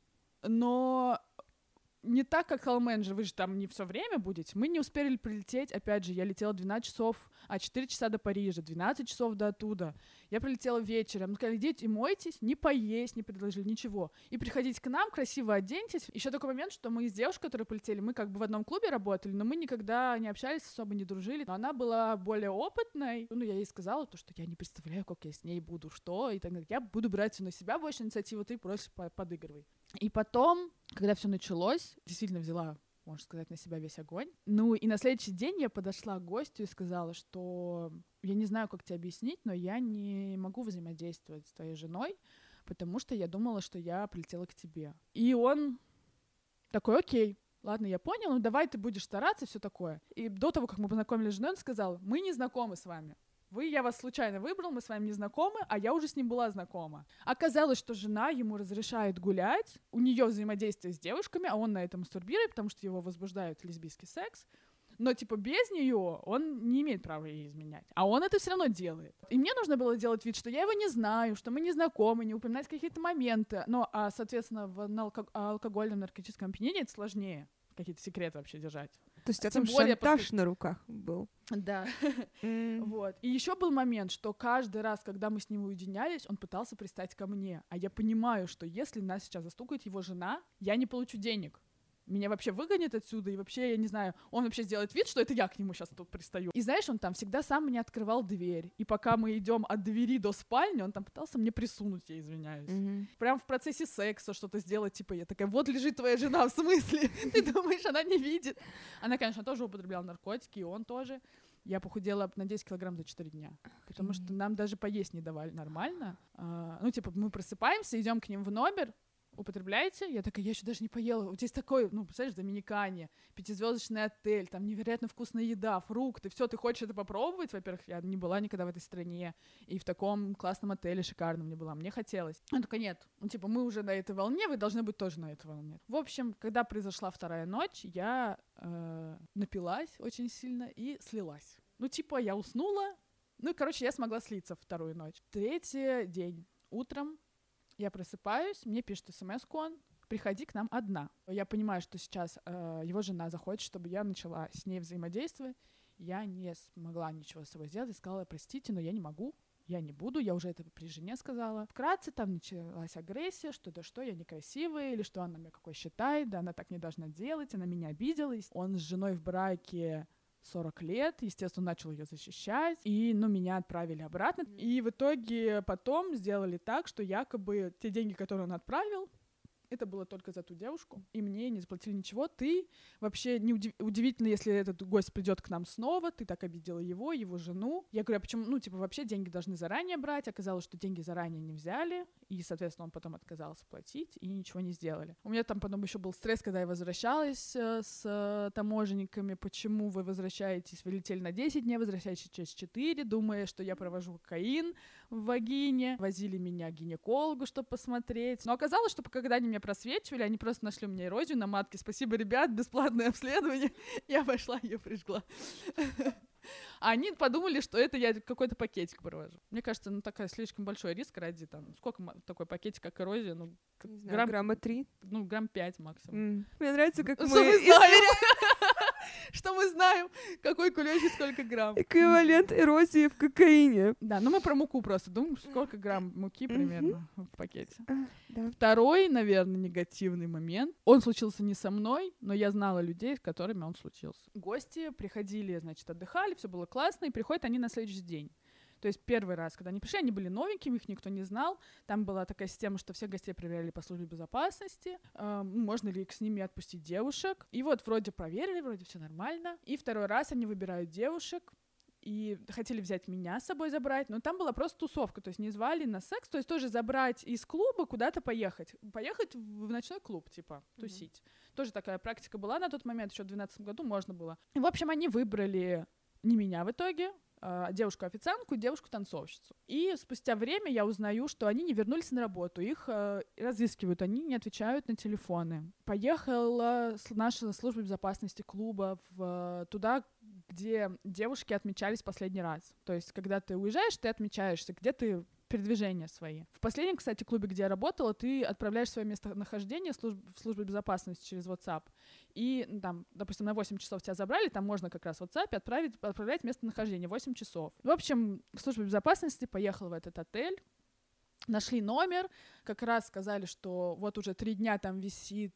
но не так, как Hellmanager, вы же там не все время будете. Мы не успели прилететь, опять же, я летела 12 часов, 4 часа до Парижа, 12 часов до оттуда. Я прилетела вечером, сказали, идите и мойтесь, не поесть, не предложили, ничего. И приходите к нам, красиво оденьтесь. Еще такой момент, что мы с девушкой, которые полетели, мы как бы в одном клубе работали, но мы никогда не общались, особо не дружили. Но она была более опытной. Я ей сказала, что я не представляю, как я с ней буду, что. И так далее. Я буду брать все на себя больше инициативу, ты просто подыгрывай. И потом, когда все началось, действительно взяла, можно сказать, на себя весь огонь. И на следующий день я подошла к гостю и сказала, что я не знаю, как тебе объяснить, но я не могу взаимодействовать с твоей женой, потому что я думала, что я прилетела к тебе. И он такой, окей, ладно, я понял, давай ты будешь стараться, все такое. И до того, как мы познакомились с женой, он сказал, мы не знакомы с вами. Я вас случайно выбрал, мы с вами не знакомы, а я уже с ним была знакома. Оказалось, что жена ему разрешает гулять, у нее взаимодействие с девушками, а он на этом мастурбирует, потому что его возбуждает лесбийский секс. Но, без нее он не имеет права ей изменять. А он это все равно делает. И мне нужно было делать вид, что я его не знаю, что мы не знакомы, не упоминать какие-то моменты. Соответственно, на алкогольном наркотическом опьянении это сложнее какие-то секреты вообще держать. То есть у тебя там шантаж на руках был. Да. Вот. И еще был момент, что каждый раз, когда мы с ним уединялись, он пытался пристать ко мне. А я понимаю, что если нас сейчас застукает его жена, я не получу денег. Меня вообще выгонят отсюда, и вообще, я не знаю, он вообще сделает вид, что это я к нему сейчас тут пристаю. И знаешь, он там всегда сам мне открывал дверь. И пока мы идем от двери до спальни, он там пытался мне присунуть, я извиняюсь. Прям в процессе секса что-то сделать, типа, я такая, вот лежит твоя жена, в смысле? Ты думаешь, она не видит? Она, конечно, тоже употребляла наркотики, и он тоже. Я похудела на 10 килограмм за 4 дня. Потому что нам даже поесть не давали нормально. Мы просыпаемся, идем к ним в номер, употребляете? Я такая, я еще даже не поела. Вот здесь такой, представляешь, в Доминикане, 5-звездочный отель, там невероятно вкусная еда, фрукты, все, ты хочешь это попробовать? Во-первых, я не была никогда в этой стране, и в таком классном отеле шикарном не была, мне хотелось. Он такой, нет, мы уже на этой волне, вы должны быть тоже на этой волне. В общем, когда произошла вторая ночь, я напилась очень сильно и слилась. Я уснула, я смогла слиться вторую ночь. Третий день, утром, я просыпаюсь, мне пишет смс-ку он, приходи к нам одна. Я понимаю, что сейчас его жена захочет, чтобы я начала с ней взаимодействовать. Я не смогла ничего с собой сделать и сказала, простите, но я не могу. я не буду, я уже это при жене сказала. Вкратце там началась агрессия, что да что, я некрасивая, или что она меня какой считает, да она так не должна делать, она меня обидела. Он с женой в браке 40 лет, естественно, начал ее защищать, и, меня отправили обратно. И в итоге потом сделали так, что якобы те деньги, которые он отправил, это было только за ту девушку, и мне не заплатили ничего. Ты вообще не удивительно, если этот гость придет к нам снова, ты так обидела его жену. Я говорю, а почему, вообще деньги должны заранее брать. Оказалось, что деньги заранее не взяли, и, соответственно, он потом отказался платить, и ничего не сделали. У меня там потом еще был стресс, когда я возвращалась с таможенниками. Почему вы возвращаетесь? Вы летели на 10 дней, возвращаетесь через 4, думая, что я провожу кокаин в вагине. Возили меня к гинекологу, чтобы посмотреть. Но оказалось, что когда они меня просвечивали, они просто нашли у меня эрозию на матке. Спасибо, ребят, бесплатное обследование. Я пошла, ее прижгла. А они подумали, что это я какой-то пакетик провожу. Мне кажется, такая слишком большой риск ради сколько такой пакетик, как эрозия, не знаю, грамма 3? Грамм 5 максимум. Мне нравится, как мы что мы знаем, какой кулечек, сколько грамм. Эквивалент эрозии в кокаине. Да, мы про муку просто думаем, сколько грамм муки примерно в пакете. Да. Второй, наверное, негативный момент. Он случился не со мной, но я знала людей, с которыми он случился. Гости приходили, отдыхали, все было классно, и приходят они на следующий день. То есть первый раз, когда они пришли, они были новенькими, их никто не знал. Там была такая система, что всех гостей проверяли по службе безопасности. Можно ли с ними отпустить девушек. И вот вроде проверили, вроде все нормально. И второй раз они выбирают девушек. И хотели взять меня с собой забрать, но там была просто тусовка, то есть не звали на секс, то есть тоже забрать из клуба куда-то поехать в ночной клуб, тусить. Тоже такая практика была на тот момент, еще в 2012 году можно было. И, в общем, они выбрали не меня в итоге, девушку-официантку и девушку-танцовщицу. И спустя время я узнаю, что они не вернулись на работу, их разыскивают, они не отвечают на телефоны. Поехала наша служба безопасности клуба туда, где девушки отмечались последний раз. То есть, когда ты уезжаешь, ты отмечаешься, где ты передвижения свои. В последнем, кстати, клубе, где я работала, ты отправляешь свое местонахождение в службу безопасности через WhatsApp. И там, допустим, на 8 часов тебя забрали, там можно как раз в WhatsApp отправлять местонахождение 8 часов. В общем, служба безопасности поехала в этот отель, нашли номер, как раз сказали, что вот уже 3 дня там висит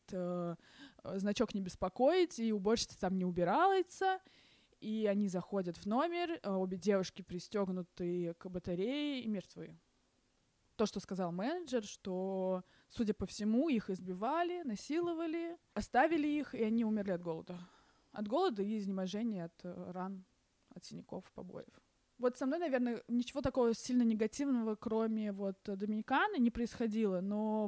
значок «Не беспокоить», и уборщица там не убирается. И они заходят в номер, обе девушки пристегнуты к батарее и мертвы. То, что сказал менеджер, что, судя по всему, их избивали, насиловали, оставили их, и они умерли от голода. От голода и изнеможения, от ран, от синяков, побоев. Вот со мной, наверное, ничего такого сильно негативного, кроме Доминиканы, не происходило, но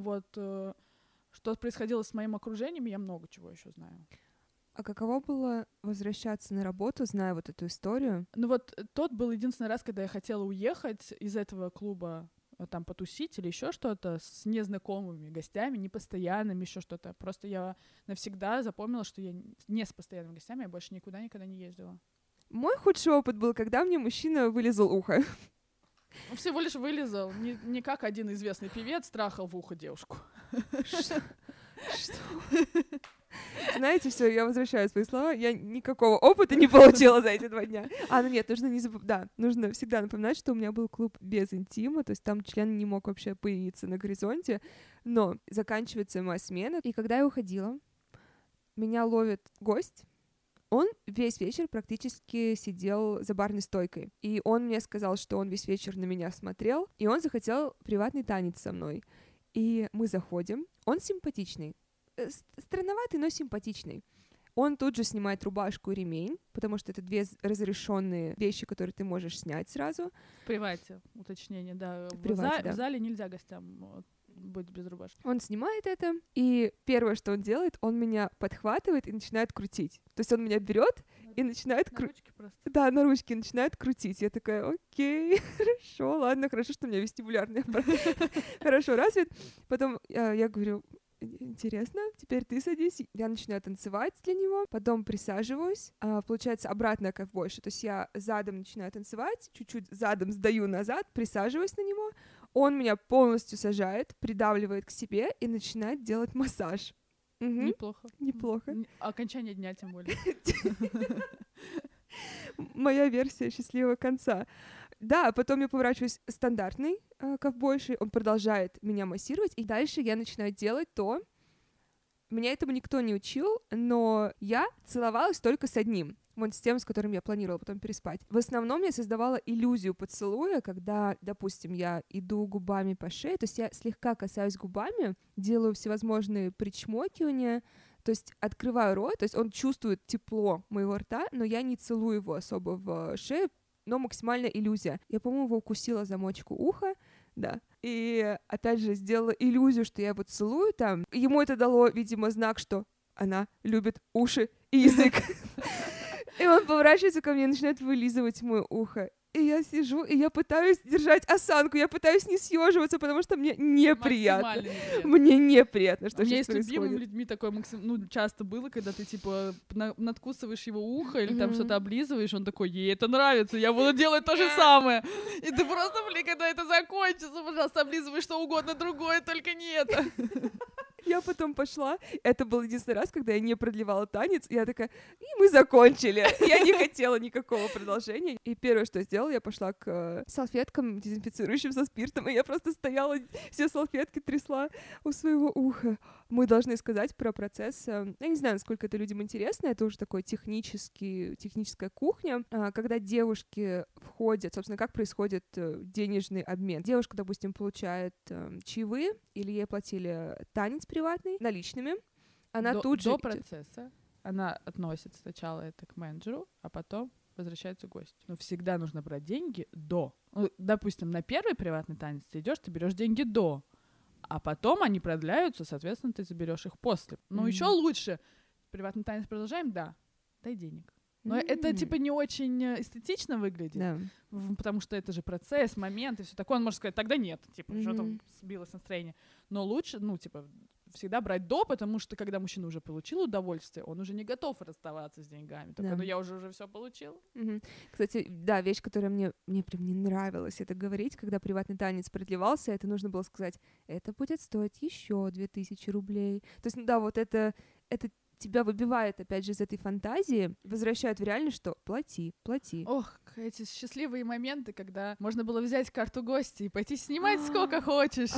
что происходило с моим окружением, я много чего еще знаю. А каково было возвращаться на работу, зная эту историю? Тот был единственный раз, когда я хотела уехать из этого клуба, там потусить или еще что-то с незнакомыми гостями, непостоянными, еще что-то. Просто я навсегда запомнила, что я не с постоянными гостями, я больше никуда никогда не ездила. Мой худший опыт был, когда мне мужчина вылезал ухо. Всего лишь вылезал, не как один известный певец трахал в ухо девушку. Что? Знаете, все, я возвращаю свои слова. Я никакого опыта не получила за эти 2 дня. Нет, нужно всегда напоминать, что у меня был клуб без интима, то есть там член не мог вообще появиться на горизонте. Но заканчивается моя смена, и когда я уходила, меня ловит гость. Он весь вечер практически сидел за барной стойкой. И он мне сказал, что он весь вечер на меня смотрел, и он захотел приватный танец со мной. И мы заходим. Он симпатичный. Странноватый, но симпатичный. Он тут же снимает рубашку и ремень, потому что это 2 разрешенные вещи, которые ты можешь снять сразу. В привате, уточнение, да. В зале нельзя гостям быть без рубашки. Он снимает это, и первое, что он делает, он меня подхватывает и начинает крутить. То есть он меня берет и начинает крутить. Да, на ручке начинает крутить. Я такая, окей, хорошо, ладно, хорошо, что у меня вестибулярный аппарат хорошо развит. Потом я говорю, интересно, теперь ты садись. Я начинаю танцевать для него, потом присаживаюсь. Получается, обратная ковбойша. То есть я задом начинаю танцевать, чуть-чуть задом сдаю назад, присаживаюсь на него. Он меня полностью сажает, придавливает к себе и начинает делать массаж. Неплохо. Окончание дня, тем более. Моя версия счастливого конца. Да, потом я поворачиваюсь стандартный ковбойшей, он продолжает меня массировать, и дальше я начинаю делать то, меня этому никто не учил, но я целовалась только с одним. Вот с тем, с которым я планировала потом переспать. В основном я создавала иллюзию поцелуя, когда, допустим, я иду губами по шее, то есть я слегка касаюсь губами, делаю всевозможные причмокивания, то есть открываю рот, то есть он чувствует тепло моего рта, но я не целую его особо в шею, но максимальная иллюзия. Я, по-моему, его укусила за мочку уха, да. И, опять же, сделала иллюзию, что я его целую там. Ему это дало, видимо, знак, что она любит уши и язык. И он поворачивается ко мне и начинает вылизывать мое ухо. И я сижу, и я пытаюсь держать осанку, я пытаюсь не съеживаться, потому что мне неприятно. Мне неприятно, что сейчас происходит. У меня с любимыми людьми такое часто было, когда ты, типа, надкусываешь его ухо или там что-то облизываешь, он такой, ей это нравится, я буду делать то же самое. И ты просто, когда это закончится, пожалуйста, облизывай что угодно другое, только не это. Я потом пошла, это был единственный раз, когда я не продлевала танец, и я такая, и мы закончили. Я не хотела никакого продолжения. И первое, что я сделала, я пошла к салфеткам, дезинфицирующим со спиртом, и я просто стояла, все салфетки трясла у своего уха. Мы должны сказать про процесс, я не знаю, насколько это людям интересно, это уже такой техническая кухня, когда девушки входят, собственно, как происходит денежный обмен. Девушка, допустим, получает чаевые, или ей платили танец приватный наличными, она тут же... До процесса она относит сначала это к менеджеру, а потом возвращается гость. Но всегда нужно брать деньги до. Ну, допустим, на первый приватный танец ты идешь, ты берешь деньги до, а потом они продляются, соответственно, ты заберешь их после. Но еще лучше. Приватный танец продолжаем? Да. Дай денег. Но это, типа, не очень эстетично выглядит, потому что это же процесс, момент и все такое. Он может сказать, тогда нет, типа, что там сбилось настроение. Но лучше, ну, типа, всегда брать до, потому что когда мужчина уже получил удовольствие, он уже не готов расставаться с деньгами. Такой, ну, я уже все получил. Кстати, да, вещь, которая мне прям не нравилось это говорить, когда приватный танец продлевался, это нужно было сказать, это будет стоить еще 2000 рублей. То есть, ну да, вот это тебя выбивает, опять же, из этой фантазии, возвращает в реальность, что плати. Ох, эти счастливые моменты, когда можно было взять карту гостя и пойти снимать сколько хочешь.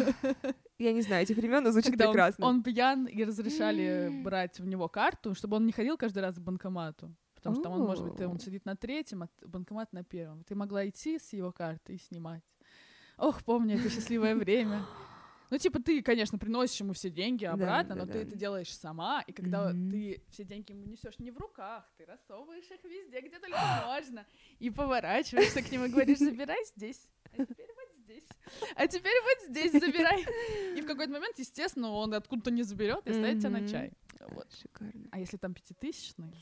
Я не знаю, этих времен, но звучит прекрасно. Он пьян, и разрешали брать в него карту, чтобы он не ходил каждый раз к банкомату. Потому что он, может быть, он сидит на третьем, а банкомат на первом. Ты могла идти с его карты и снимать. Ох, помню это счастливое время. Ну, типа, ты, конечно, приносишь ему все деньги обратно, но ты это делаешь сама, и когда ты все деньги ему несешь не в руках, ты рассовываешь их везде, где только можно, и поворачиваешься к нему и говоришь, забирай здесь, а теперь вот здесь, а теперь вот здесь забирай. И в какой-то момент, естественно, он откуда-то не заберет и ставит тебя на чай. Вот. Шикарно. А если там 5000-ный?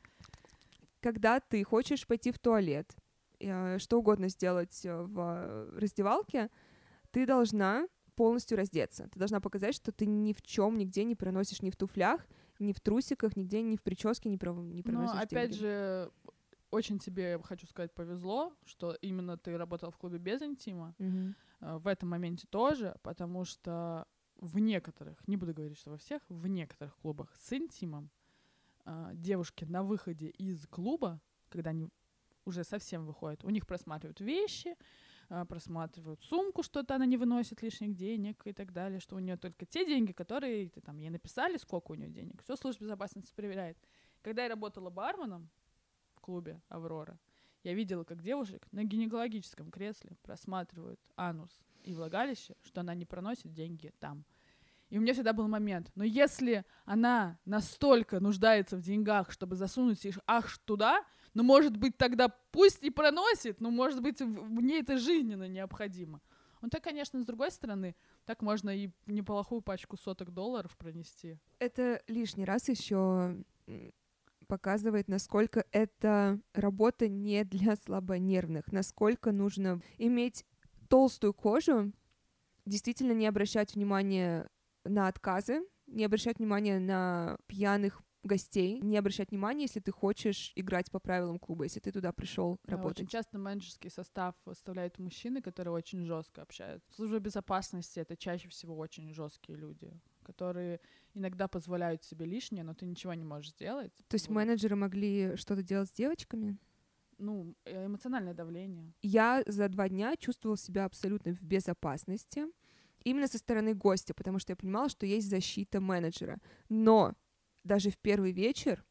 Когда ты хочешь пойти в туалет, что угодно сделать в раздевалке, ты должна полностью раздеться. Ты должна показать, что ты ни в чем, нигде не проносишь, ни в туфлях, ни в трусиках, нигде, ни в прическе не проносишь деньги. Но опять же, очень тебе, хочу сказать, повезло, что именно ты работал в клубе без интима. В этом моменте тоже, потому что в некоторых, не буду говорить, что во всех, в некоторых клубах с интимом девушки на выходе из клуба, когда они уже совсем выходят, у них просматривают вещи, просматривают сумку, что-то она не выносит лишних денег и так далее, что у нее только те деньги, которые там ей написали, сколько у нее денег. Все служба безопасности проверяет. Когда я работала барменом в клубе «Аврора», я видела, как девушек на гинекологическом кресле просматривают анус и влагалище, что она не проносит деньги там. И у меня всегда был момент, но если она настолько нуждается в деньгах, чтобы засунуть их аж туда, ну, может быть, тогда пусть и проносит, но, может быть, мне это жизненно необходимо. Ну, так, конечно, с другой стороны, так можно и неплохую пачку $100 пронести. Это лишний раз еще показывает, насколько эта работа не для слабонервных, насколько нужно иметь толстую кожу, действительно не обращать внимания на отказы, не обращать внимания на пьяных гостей, не обращать внимания, если ты хочешь играть по правилам клуба, если ты туда пришел работать. Очень часто менеджерский состав оставляют мужчины, которые очень жестко общаются. Служба безопасности — это чаще всего очень жесткие люди, которые иногда позволяют себе лишнее, но ты ничего не можешь сделать. То есть менеджеры могли что-то делать с девочками? эмоциональное давление. Я за 2 дня чувствовала себя абсолютно в безопасности, именно со стороны гостя, потому что я понимала, что есть защита менеджера. Но даже в первый вечер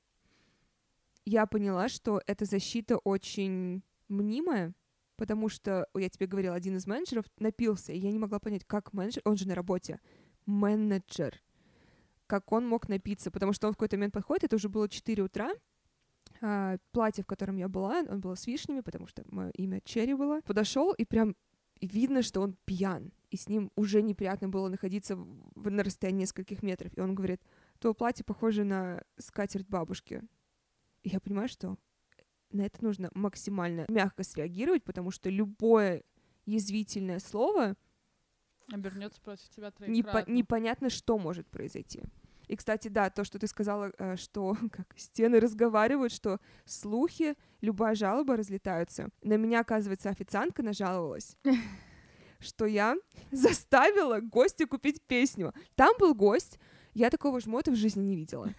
я поняла, что эта защита очень мнимая, потому что, я тебе говорила, один из менеджеров напился, и я не могла понять, как менеджер, он же на работе, менеджер, как он мог напиться, потому что он в какой-то момент подходит, это уже было 4 утра, платье, в котором я была, он было с вишнями, потому что мое имя Черри было, подошел, и прям видно, что он пьян, и с ним уже неприятно было находиться на расстоянии нескольких метров, и он говорит: «Твое платье похоже на скатерть бабушки». И я понимаю, что на это нужно максимально мягко среагировать, потому что любое язвительное слово обернется против тебя троекратно. Непонятно, что может произойти. И, кстати, да, то, что ты сказала, что как стены разговаривают, что слухи, любая жалоба разлетаются. На меня, оказывается, официантка нажаловалась, что я заставила гостя купить песню. Там был гость, я такого жмота в жизни не видела.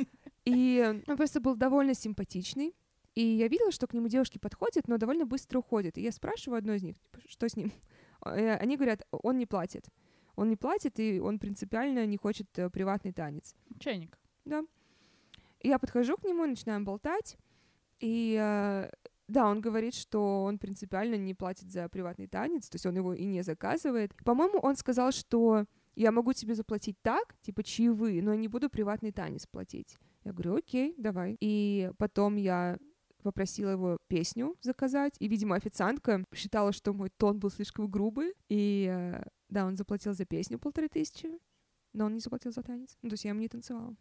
И он просто был довольно симпатичный. И я видела, что к нему девушки подходят, но довольно быстро уходят. И я спрашиваю одну из них, что с ним? Они говорят: он не платит. Он не платит, и он принципиально не хочет приватный танец. Чайник. Да. И я подхожу к нему, начинаем болтать. И да, он говорит, что он принципиально не платит за приватный танец, то есть он его и не заказывает. По-моему, он сказал, что я могу тебе заплатить так, типа чаевые, но я не буду приватный танец платить. Я говорю: окей, давай. И потом я попросила его песню заказать, и, видимо, официантка считала, что мой тон был слишком грубый, и да, он заплатил за песню 1500, но он не заплатил за танец. Ну, то есть я ему не танцевала.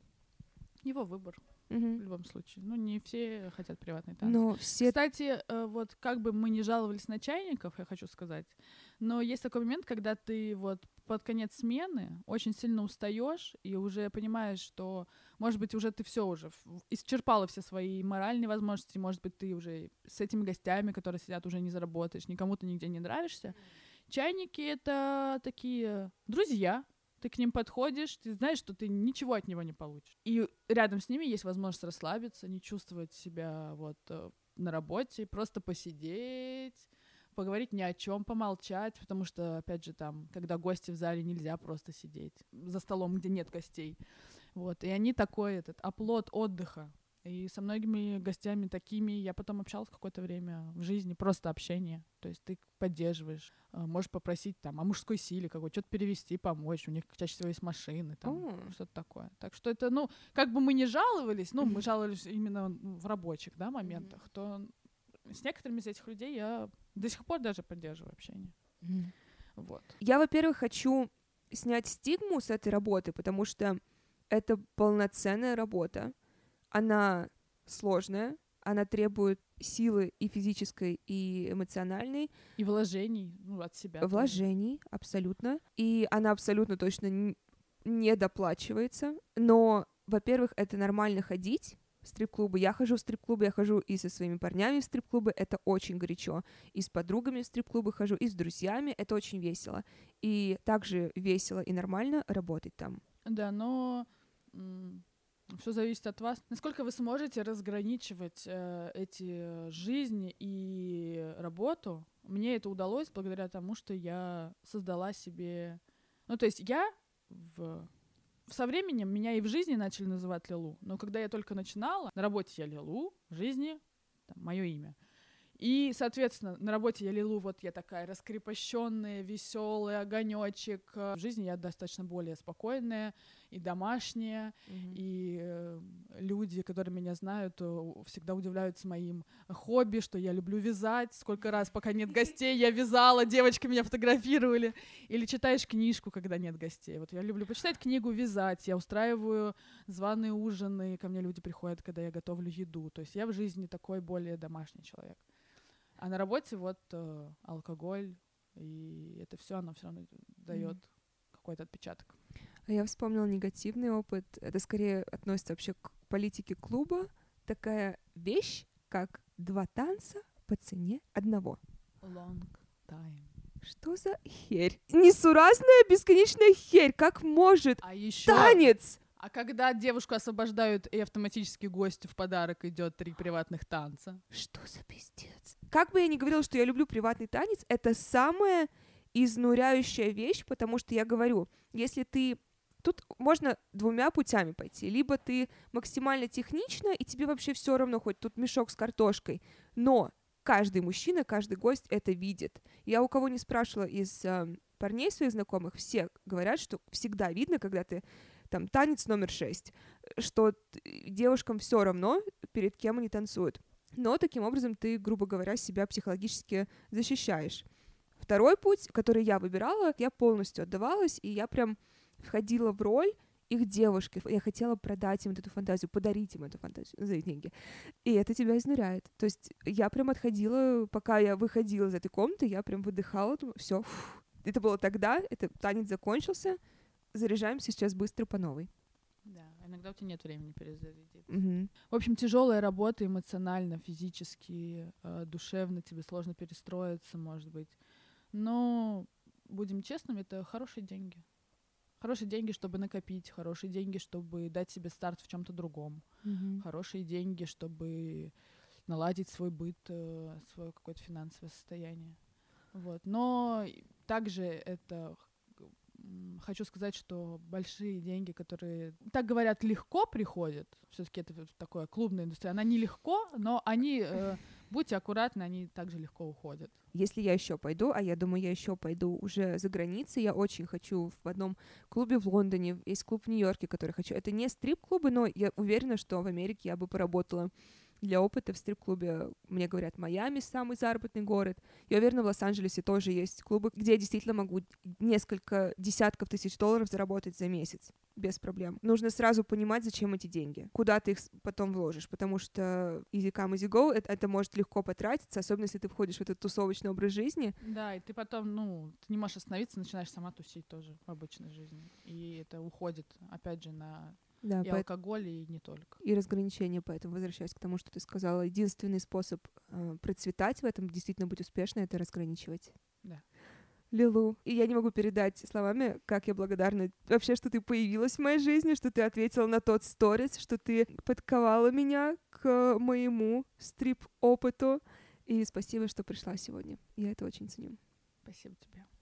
Его выбор. В любом случае. Не все хотят приватный танец. Но все... Кстати, вот как бы мы не жаловались на чайников, я хочу сказать, но есть такой момент, когда ты вот под конец смены очень сильно устаешь и уже понимаешь, что, может быть, уже ты все уже исчерпала все свои моральные возможности, может быть, ты уже с этими гостями, которые сидят, уже не заработаешь, никому ты нигде не нравишься. Чайники — это такие друзья. Ты к ним подходишь, ты знаешь, что ты ничего от него не получишь. И рядом с ними есть возможность расслабиться, не чувствовать себя вот на работе, просто посидеть, поговорить ни о чем, помолчать, потому что, опять же, там, когда гости в зале, нельзя просто сидеть за столом, где нет гостей. Вот. И они такой оплот отдыха. И со многими гостями такими я потом общалась какое-то время в жизни, просто общение. То есть ты поддерживаешь, можешь попросить там о мужской силе какой-то, что-то перевести, помочь. У них чаще всего есть машины, там, что-то такое. Так что это, как бы мы не жаловались, мы жаловались именно в рабочих, да, моментах, то с некоторыми из этих людей я до сих пор даже поддерживаю общение. Вот. Я, во-первых, хочу снять стигму с этой работы, потому что это полноценная работа. Она сложная, она требует силы и физической, и эмоциональной. И вложений от себя. Вложений, тоже. Абсолютно. И она абсолютно точно не доплачивается. Но, во-первых, это нормально ходить в стрип-клубы. Я хожу в стрип-клубы, я хожу и со своими парнями в стрип-клубы, это очень горячо. И с подругами в стрип-клубы хожу, и с друзьями, это очень весело. И также весело и нормально работать там. Да, но... Все зависит от вас. Насколько вы сможете разграничивать эти жизни и работу? Мне это удалось благодаря тому, что я создала себе... то есть я со временем меня и в жизни начали называть Лилу. Но когда я только начинала, на работе я Лилу, в жизни мое имя. И, соответственно, на работе я Лилу, вот я такая раскрепощенная, веселая, огонечек. В жизни я достаточно более спокойная и домашняя. И люди, которые меня знают, всегда удивляются моим хобби, что я люблю вязать. Сколько раз, пока нет гостей, я вязала, девочки меня фотографировали. Или читаешь книжку, когда нет гостей. Вот я люблю почитать книгу, вязать. Я устраиваю званые ужины, ко мне люди приходят, когда я готовлю еду. То есть я в жизни такой более домашний человек. А на работе алкоголь, и это все, оно все равно дает какой-то отпечаток. А я вспомнила негативный опыт. Это скорее относится вообще к политике клуба. Такая вещь, как 2 танца по цене 1. Long time. Что за херь? Несуразная бесконечная херь. Как может танец А когда девушку освобождают и автоматически гостю в подарок идет 3 приватных танца? Что за пиздец? Как бы я ни говорила, что я люблю приватный танец, это самая изнуряющая вещь, потому что я говорю, если ты... Тут можно 2 путями пойти. Либо ты максимально технично, и тебе вообще все равно, хоть тут мешок с картошкой, но каждый мужчина, каждый гость это видит. Я у кого не спрашивала из парней своих знакомых, все говорят, что всегда видно, когда ты там танец номер 6, что девушкам все равно, перед кем они танцуют. Но таким образом ты, грубо говоря, себя психологически защищаешь. Второй путь, который я выбирала, я полностью отдавалась, и я прям входила в роль их девушки. Я хотела продать им эту фантазию, подарить им эту фантазию за деньги. И это тебя изнуряет. То есть я прям отходила, пока я выходила из этой комнаты, я прям выдыхала, думаю, все, это было тогда, это танец закончился, заряжаемся сейчас быстро по новой. Да, иногда у тебя нет времени перезарядиться. Угу. В общем, тяжелая работа эмоционально, физически, душевно, тебе сложно перестроиться, может быть. Но, будем честными, это хорошие деньги. Хорошие деньги, чтобы накопить, хорошие деньги, чтобы дать себе старт в чем-то другом. Угу. Хорошие деньги, чтобы наладить свой быт, свое какое-то финансовое состояние. Вот. Но также это... Хочу сказать, что большие деньги, которые, так говорят, легко приходят, все-таки это такая клубная индустрия, она не легко, но они, будьте аккуратны, они также легко уходят. Если я еще пойду, а я думаю, я еще пойду уже за границей, я очень хочу в одном клубе в Лондоне, есть клуб в Нью-Йорке, который хочу. Это не стрип-клубы, но я уверена, что в Америке я бы поработала для опыта в стрип-клубе. Мне говорят, Майами самый заработный город. Я уверена, в Лос-Анджелесе тоже есть клубы, где я действительно могу несколько десятков тысяч долларов заработать за месяц. Без проблем. Нужно сразу понимать, зачем эти деньги. Куда ты их потом вложишь. Потому что easy come, easy go, это может легко потратиться, особенно если ты входишь в этот тусовочный образ жизни. Да, и ты потом, ты не можешь остановиться, начинаешь сама тусить тоже в обычной жизни. И это уходит, опять же, на... Да, и алкоголь, и не только. И разграничение, поэтому, возвращаясь к тому, что ты сказала, единственный способ процветать в этом, действительно быть успешной, это разграничивать. Да. Лилу. И я не могу передать словами, как я благодарна вообще, что ты появилась в моей жизни, что ты ответила на тот сторис, что ты подковала меня к моему стрип-опыту. И спасибо, что пришла сегодня. Я это очень ценю. Спасибо тебе.